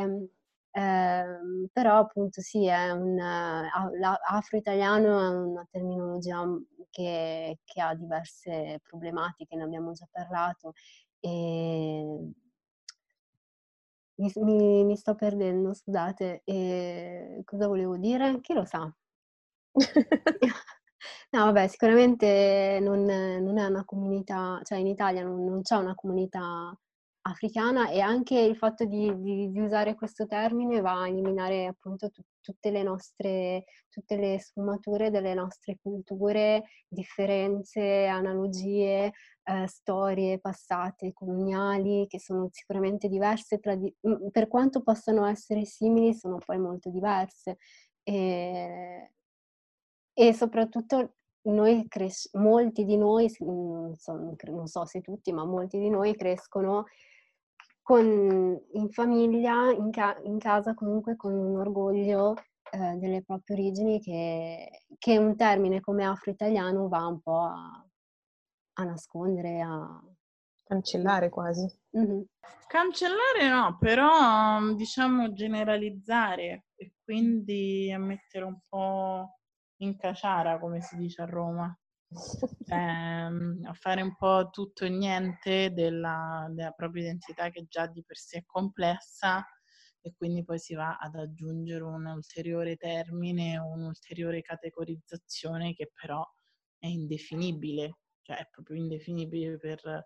però appunto sì, afro-italiano è una terminologia che ha diverse problematiche, ne abbiamo già parlato. E mi sto perdendo, scusate. Cosa volevo dire? Chi lo sa? No, vabbè, sicuramente non è una comunità, cioè in Italia non c'è una comunità africana, e anche il fatto di usare questo termine va a eliminare appunto tutte le sfumature delle nostre culture, differenze, analogie, storie passate, coloniali, che sono sicuramente diverse, per quanto possano essere simili, sono poi molto diverse. E soprattutto molti di noi, non so se tutti, ma molti di noi crescono in famiglia, in casa comunque con un orgoglio delle proprie origini, che un termine come afro-italiano va un po' a nascondere, Cancellare quasi. Mhm. Cancellare no, però diciamo generalizzare, e quindi a mettere un po' in caciara, come si dice a Roma, a fare un po' tutto e niente della propria identità, che già di per sé è complessa, e quindi poi si va ad aggiungere un ulteriore termine, un'ulteriore categorizzazione che però è indefinibile, cioè è proprio indefinibile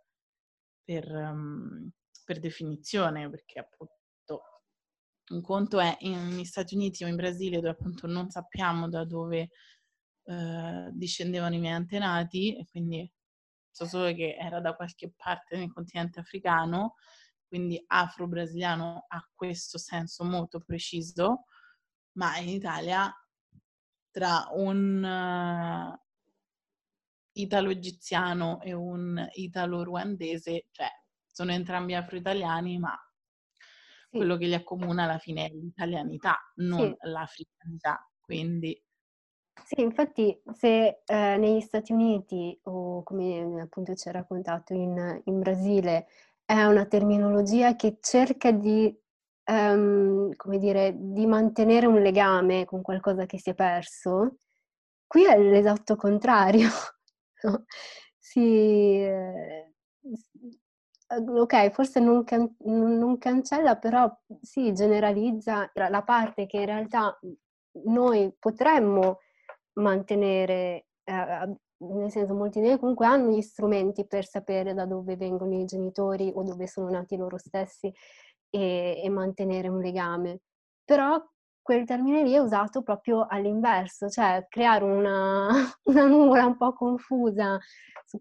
per definizione, perché appunto un conto è negli Stati Uniti o in Brasile, dove appunto non sappiamo da dove discendevano i miei antenati, e quindi so solo che era da qualche parte nel continente africano, quindi afro-brasiliano ha questo senso molto preciso, ma in Italia tra un italo-egiziano e un italo-ruandese, cioè sono entrambi afro-italiani, ma Sì. quello che li accomuna alla fine è l'italianità, non Sì. l'africanità. Quindi Sì, infatti se negli Stati Uniti o come appunto ci hai raccontato in Brasile è una terminologia che cerca di, come dire, di mantenere un legame con qualcosa che si è perso, qui è l'esatto contrario. No? Si, ok, forse non cancella, però si generalizza la parte che in realtà noi potremmo mantenere, nel senso molti di noi comunque hanno gli strumenti per sapere da dove vengono i genitori o dove sono nati loro stessi e mantenere un legame. Però quel termine lì è usato proprio all'inverso, cioè creare una nuvola un po' confusa su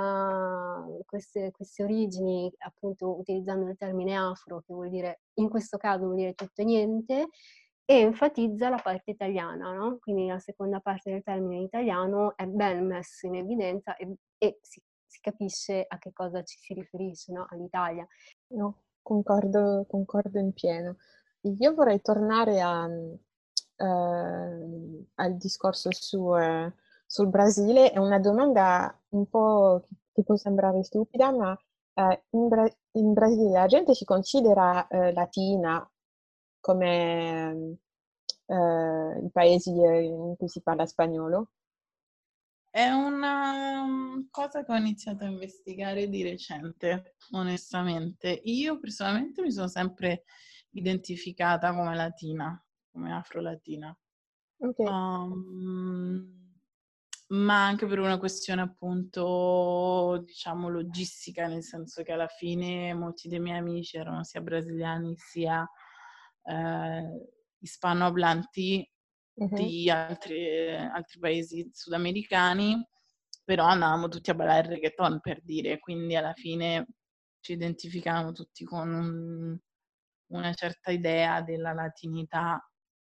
queste origini, appunto utilizzando il termine afro, che vuol dire, in questo caso vuol dire tutto e niente, e enfatizza la parte italiana, no? Quindi la seconda parte del termine italiano è ben messo in evidenza e si capisce a che cosa ci si riferisce, no? All'Italia. No, concordo in pieno. Io vorrei tornare al discorso sul Brasile. È una domanda un po' che può sembrare stupida, ma in Brasile la gente si considera latina come i paesi in cui si parla spagnolo? È una cosa che ho iniziato a investigare di recente, onestamente. Io personalmente mi sono sempre identificata come latina, come afro-latina. Ok. Ma anche per una questione appunto, diciamo, logistica, nel senso che alla fine molti dei miei amici erano sia brasiliani sia ispanohablanti di altri paesi sudamericani, però andavamo tutti a ballare il reggaeton, per dire, quindi alla fine ci identificavamo tutti con una certa idea della latinità,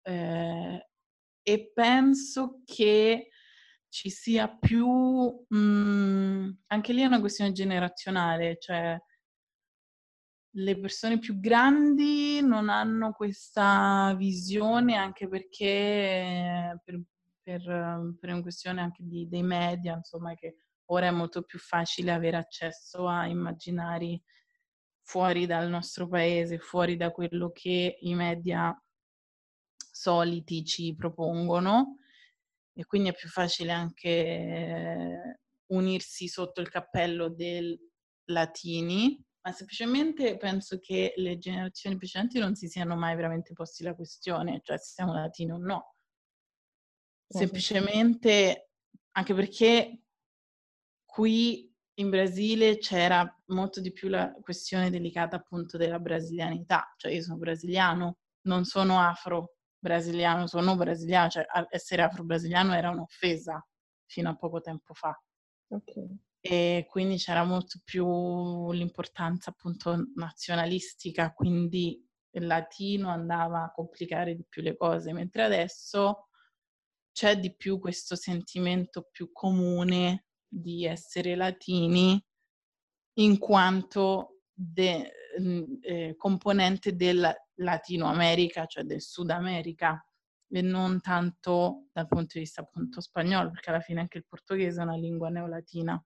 e penso che ci sia più, anche lì è una questione generazionale, cioè le persone più grandi non hanno questa visione, anche perché per una questione anche dei media, insomma, che ora è molto più facile avere accesso a immaginari fuori dal nostro paese, fuori da quello che i media soliti ci propongono, e quindi è più facile anche unirsi sotto il cappello del latini, ma semplicemente penso che le generazioni precedenti non si siano mai veramente posti la questione, cioè se siamo latini o no. Semplicemente anche perché qui in Brasile c'era molto di più la questione delicata appunto della brasilianità, cioè io sono brasiliano, non sono afro-brasiliano, sono brasiliano, cioè essere afro-brasiliano era un'offesa fino a poco tempo fa. Okay. E quindi c'era molto più l'importanza appunto nazionalistica, quindi il latino andava a complicare di più le cose, mentre adesso c'è di più questo sentimento più comune di essere latini in quanto componente del Latino America, cioè del Sud America, e non tanto dal punto di vista appunto spagnolo, perché alla fine anche il portoghese è una lingua neolatina.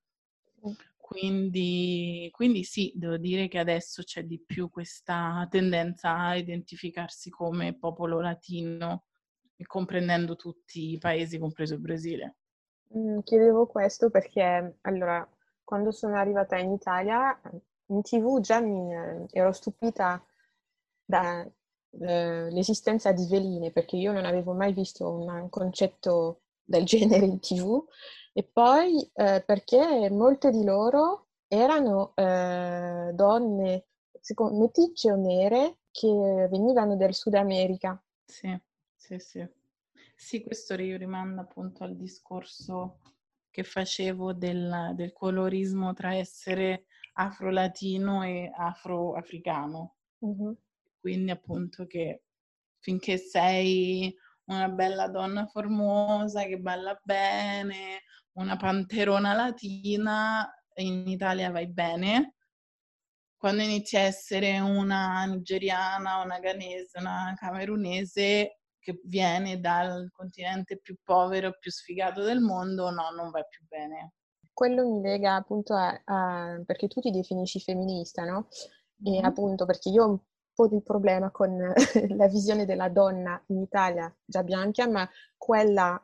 Quindi sì, devo dire che adesso c'è di più questa tendenza a identificarsi come popolo latino, e comprendendo tutti i paesi, compreso il Brasile. Chiedevo questo perché, allora, quando sono arrivata in Italia, in TV già ero stupita dall'esistenza di veline, perché io non avevo mai visto un concetto del genere in TV, e poi perché molte di loro erano donne meticce o nere che venivano del Sud America. Sì. Sì, questo rimanda appunto al discorso che facevo del colorismo tra essere afro-latino e afro-africano. Quindi appunto che finché sei una bella donna formosa che balla bene, una panterona latina, in Italia vai bene. Quando inizi a essere una nigeriana, una ghanese, una camerunese, che viene dal continente più povero, più sfigato del mondo, no, non va più bene. Quello mi lega appunto perché tu ti definisci femminista, no? E appunto perché io ho un po' di problema con la visione della donna in Italia già bianca, ma quella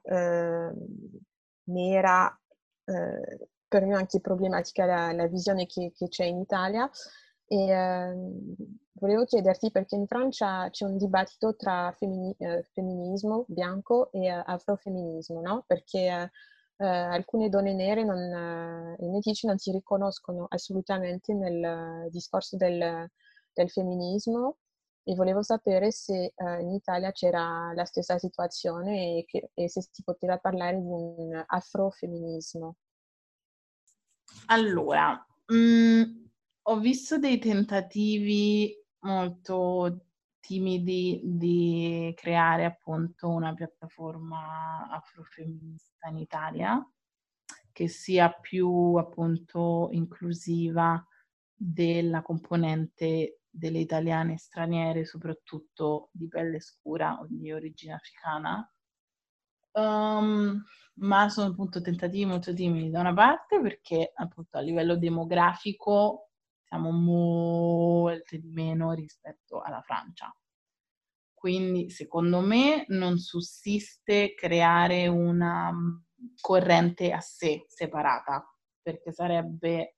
nera, per me è anche problematica la visione che c'è in Italia. E volevo chiederti perché in Francia c'è un dibattito tra femminismo bianco e afrofemminismo, no? Perché alcune donne nere e metici non si riconoscono assolutamente nel discorso del femminismo, e volevo sapere se in Italia c'era la stessa situazione e se si poteva parlare di un afrofemminismo. Allora, ho visto dei tentativi molto timidi di creare appunto una piattaforma afrofemminista in Italia che sia più appunto inclusiva della componente delle italiane straniere, soprattutto di pelle scura o di origine africana. Ma sono appunto tentativi molto timidi, da una parte perché appunto a livello demografico siamo molte di meno rispetto alla Francia. Quindi secondo me non sussiste creare una corrente a sé separata, perché sarebbe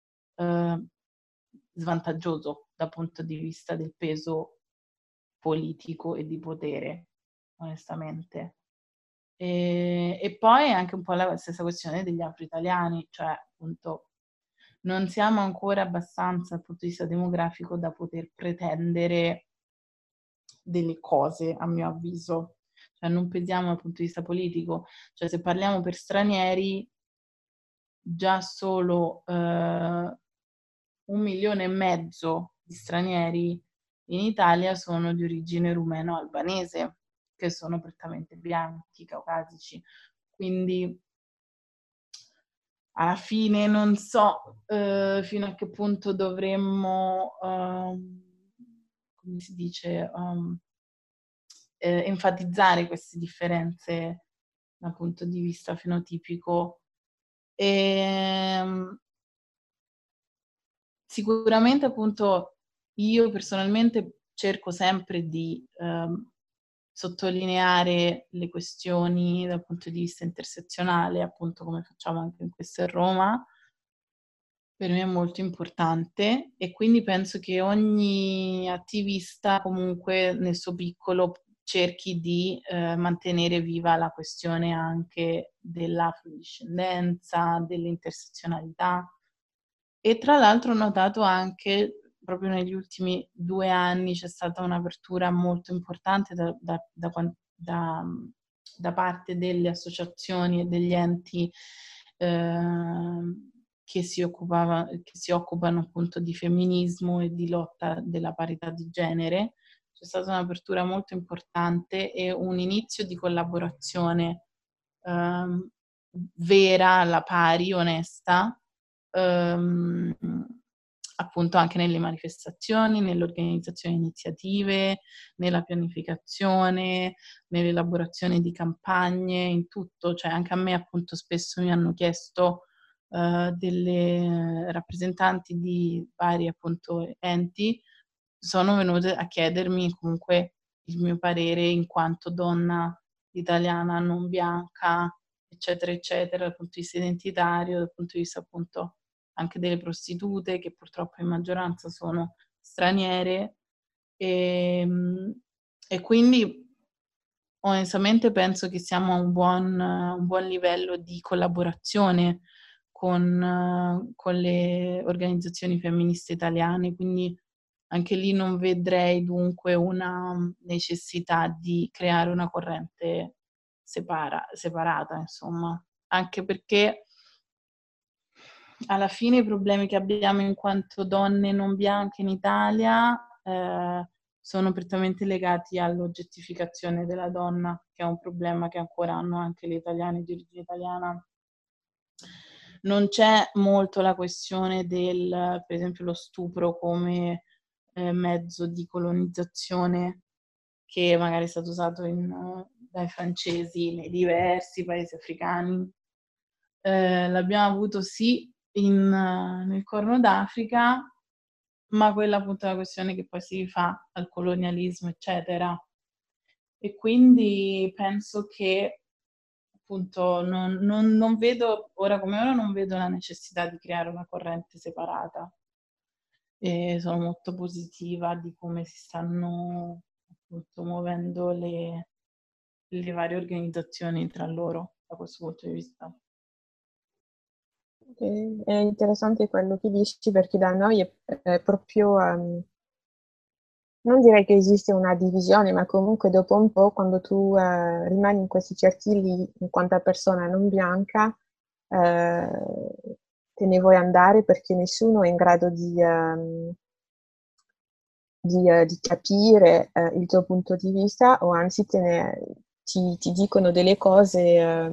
svantaggioso dal punto di vista del peso politico e di potere, onestamente. E poi anche un po' la stessa questione degli afro-italiani, cioè appunto non siamo ancora abbastanza dal punto di vista demografico da poter pretendere delle cose, a mio avviso. Cioè non pensiamo dal punto di vista politico, cioè se parliamo per stranieri, già solo 1,5 milioni di stranieri in Italia sono di origine rumeno-albanese, che sono prettamente bianchi, caucasici. Quindi alla fine non so fino a che punto dovremmo, come si dice, enfatizzare queste differenze dal punto di vista fenotipico. Sicuramente appunto io personalmente cerco sempre di sottolineare le questioni dal punto di vista intersezionale, appunto come facciamo anche in questo a Roma. Per me è molto importante e quindi penso che ogni attivista comunque nel suo piccolo cerchi di mantenere viva la questione anche dell'afrodiscendenza, dell'intersezionalità. E tra l'altro ho notato anche proprio negli ultimi 2 anni c'è stata un'apertura molto importante da parte delle associazioni e degli enti che si occupano appunto di femminismo e di lotta della parità di genere. C'è stata un'apertura molto importante e un inizio di collaborazione vera, alla pari, onesta, appunto anche nelle manifestazioni, nell'organizzazione di iniziative, nella pianificazione, nell'elaborazione di campagne, in tutto. Cioè anche a me appunto spesso mi hanno chiesto delle rappresentanti di vari appunto enti, sono venute a chiedermi comunque il mio parere in quanto donna italiana non bianca, eccetera, eccetera, dal punto di vista identitario, dal punto di vista appunto anche delle prostitute, che purtroppo in maggioranza sono straniere, e quindi onestamente penso che siamo a un buon livello di collaborazione con le organizzazioni femministe italiane, quindi anche lì non vedrei dunque una necessità di creare una corrente separata, insomma, anche perché alla fine i problemi che abbiamo in quanto donne non bianche in Italia sono prettamente legati all'oggettificazione della donna, che è un problema che ancora hanno anche le italiane di origine italiana. Non c'è molto la questione del, per esempio, lo stupro come mezzo di colonizzazione che magari è stato usato dai francesi nei diversi paesi africani. L'abbiamo avuto sì nel Corno d'Africa, ma quella appunto è una questione che poi si rifà al colonialismo, eccetera. E quindi penso che appunto non vedo, ora come ora, non vedo la necessità di creare una corrente separata. E sono molto positiva di come si stanno appunto muovendo le varie organizzazioni tra loro da questo punto di vista. È interessante quello che dici, perché da noi è proprio, non direi che esiste una divisione, ma comunque dopo un po', quando tu rimani in questi cerchini in quanto persona non bianca, te ne vuoi andare perché nessuno è in grado di capire il tuo punto di vista, o anzi ti dicono delle cose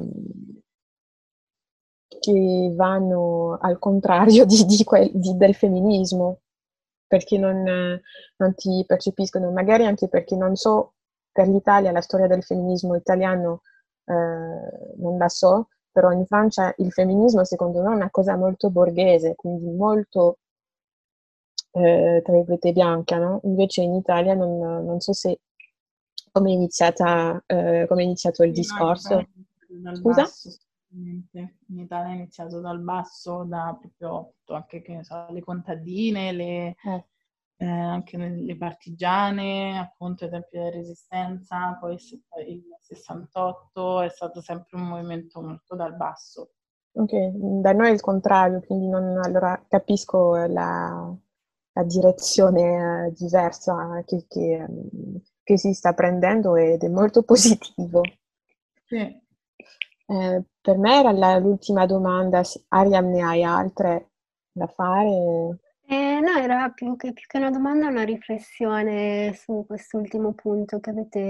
che vanno al contrario del femminismo, perché non ti percepiscono, magari anche perché non so, per l'Italia la storia del femminismo italiano non la so, però in Francia il femminismo secondo me è una cosa molto borghese, quindi molto tra virgolette bianca, no? Invece in Italia non so se come è iniziato il Sì, no, in discorso. Italia è iniziato dal Scusa? basso, sicuramente. In Italia è iniziato dal basso, da proprio appunto, anche che ne so, le contadine, anche le partigiane, appunto ai tempi della Resistenza, poi il 68 è stato sempre un movimento molto dal basso. Ok, da noi è il contrario, quindi allora capisco la direzione diversa che si sta prendendo ed è molto positivo. Sì. Per me era l'ultima domanda. Ariam, ne hai altre da fare? No, era più che una domanda, una riflessione su quest'ultimo punto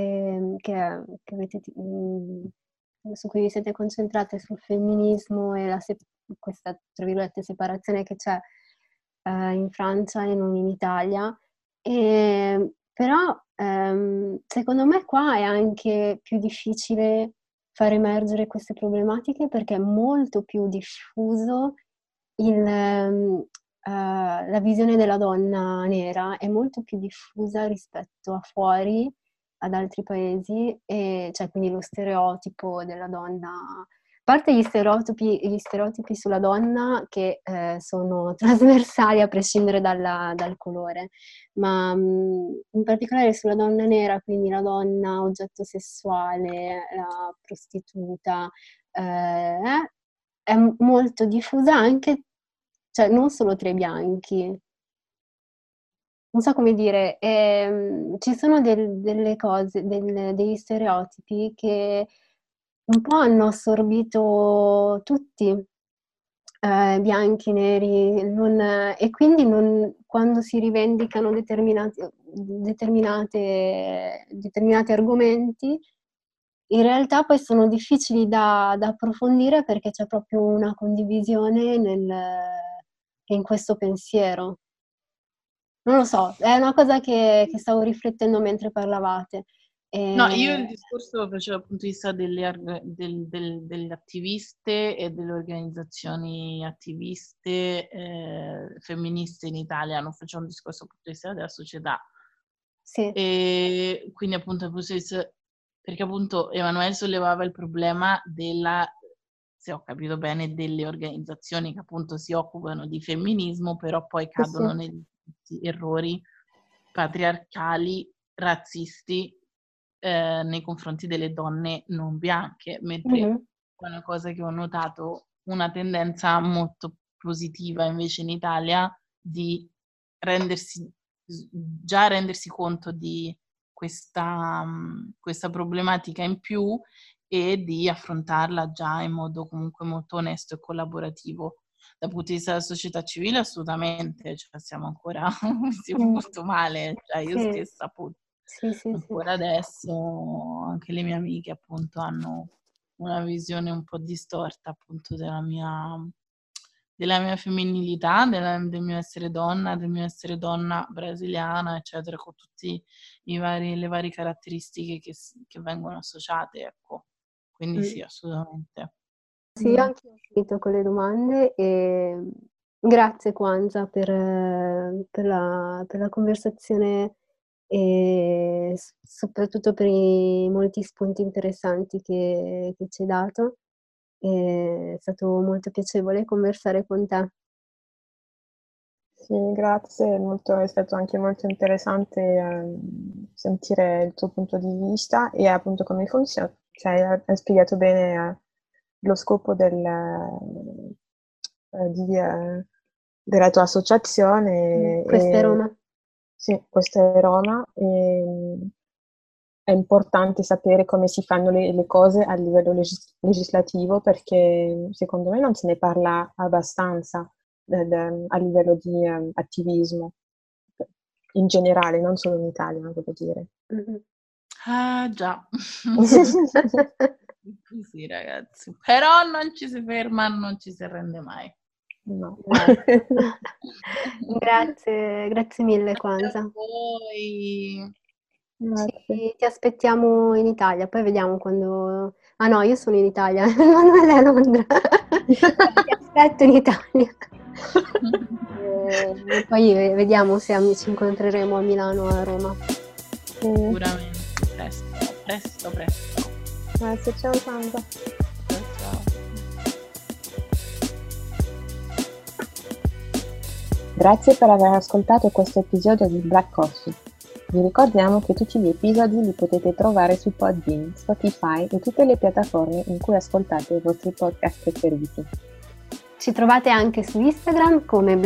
su cui vi siete concentrate sul femminismo e questa, tra virgolette, separazione che c'è in Francia e non in Italia. Però secondo me qua è anche più difficile far emergere queste problematiche perché è molto più diffuso la visione della donna nera è molto più diffusa rispetto a fuori, ad altri paesi, e cioè quindi lo stereotipo della donna, a parte gli stereotipi sulla donna che sono trasversali a prescindere dal colore, ma in particolare sulla donna nera, quindi la donna oggetto sessuale, la prostituta, è molto diffusa anche, cioè non solo tra i bianchi. Non so come dire, ci sono delle cose, degli stereotipi che un po' hanno assorbito tutti, bianchi, neri, e quindi quando si rivendicano determinati argomenti, in realtà poi sono difficili da approfondire perché c'è proprio una condivisione in questo pensiero. Non lo so, è una cosa che stavo riflettendo mentre parlavate. No, io il discorso lo facevo dal punto di vista delle attiviste e delle organizzazioni attiviste femministe in Italia, non facevo un discorso dal punto di vista della società. Sì. E quindi appunto dal punto di vista, perché appunto Emanuele sollevava il problema se ho capito bene, delle organizzazioni che appunto si occupano di femminismo, però poi cadono Sì. negli errori patriarcali, razzisti nei confronti delle donne non bianche, mentre Mm-hmm. è una cosa che ho notato, una tendenza molto positiva invece in Italia di rendersi conto di questa problematica in più e di affrontarla già in modo comunque molto onesto e collaborativo. Dal punto di vista della società civile assolutamente, cioè siamo ancora molto male, cioè io Sì. stessa appunto Sì. ancora adesso anche le mie amiche appunto hanno una visione un po' distorta appunto della mia femminilità, del mio essere donna brasiliana, eccetera, con tutte le varie caratteristiche che vengono associate, ecco. Quindi sì, assolutamente. Sì, io anche ho finito con le domande e grazie Kwanza per la conversazione e soprattutto per i molti spunti interessanti che ci hai dato. È stato molto piacevole conversare con te. Sì, grazie, è stato anche molto interessante sentire il tuo punto di vista e appunto come funziona, cioè hai spiegato bene lo scopo della tua associazione. Questa è Roma. Sì, questa è Roma. È importante sapere come si fanno le cose a livello legislativo perché secondo me non se ne parla abbastanza a livello di attivismo in generale, non solo in Italia, voglio dire. Ah già. Sì, ragazzi, però non ci si ferma, non ci si arrende mai. No. Grazie mille Kwanza. A voi. Ti aspettiamo in Italia, poi vediamo quando... Ah no, io sono in Italia, Emanuele è a Londra. Ti aspetto in Italia. E poi vediamo se ci incontreremo a Milano o a Roma. Sicuramente, presto. Grazie, ciao Sandra. Ciao. Grazie per aver ascoltato questo episodio di Black Coffee. Vi ricordiamo che tutti gli episodi li potete trovare su Podbean, Spotify e tutte le piattaforme in cui ascoltate i vostri podcast preferiti. Ci trovate anche su Instagram come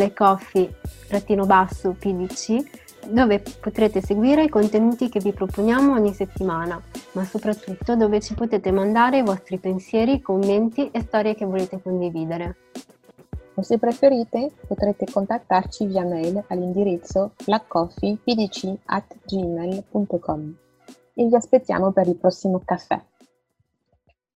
blackcoffee_pdc, dove potrete seguire i contenuti che vi proponiamo ogni settimana, ma soprattutto dove ci potete mandare i vostri pensieri, commenti e storie che volete condividere. O se preferite potrete contattarci via mail all'indirizzo blackcoffeepdc@gmail.com e vi aspettiamo per il prossimo caffè.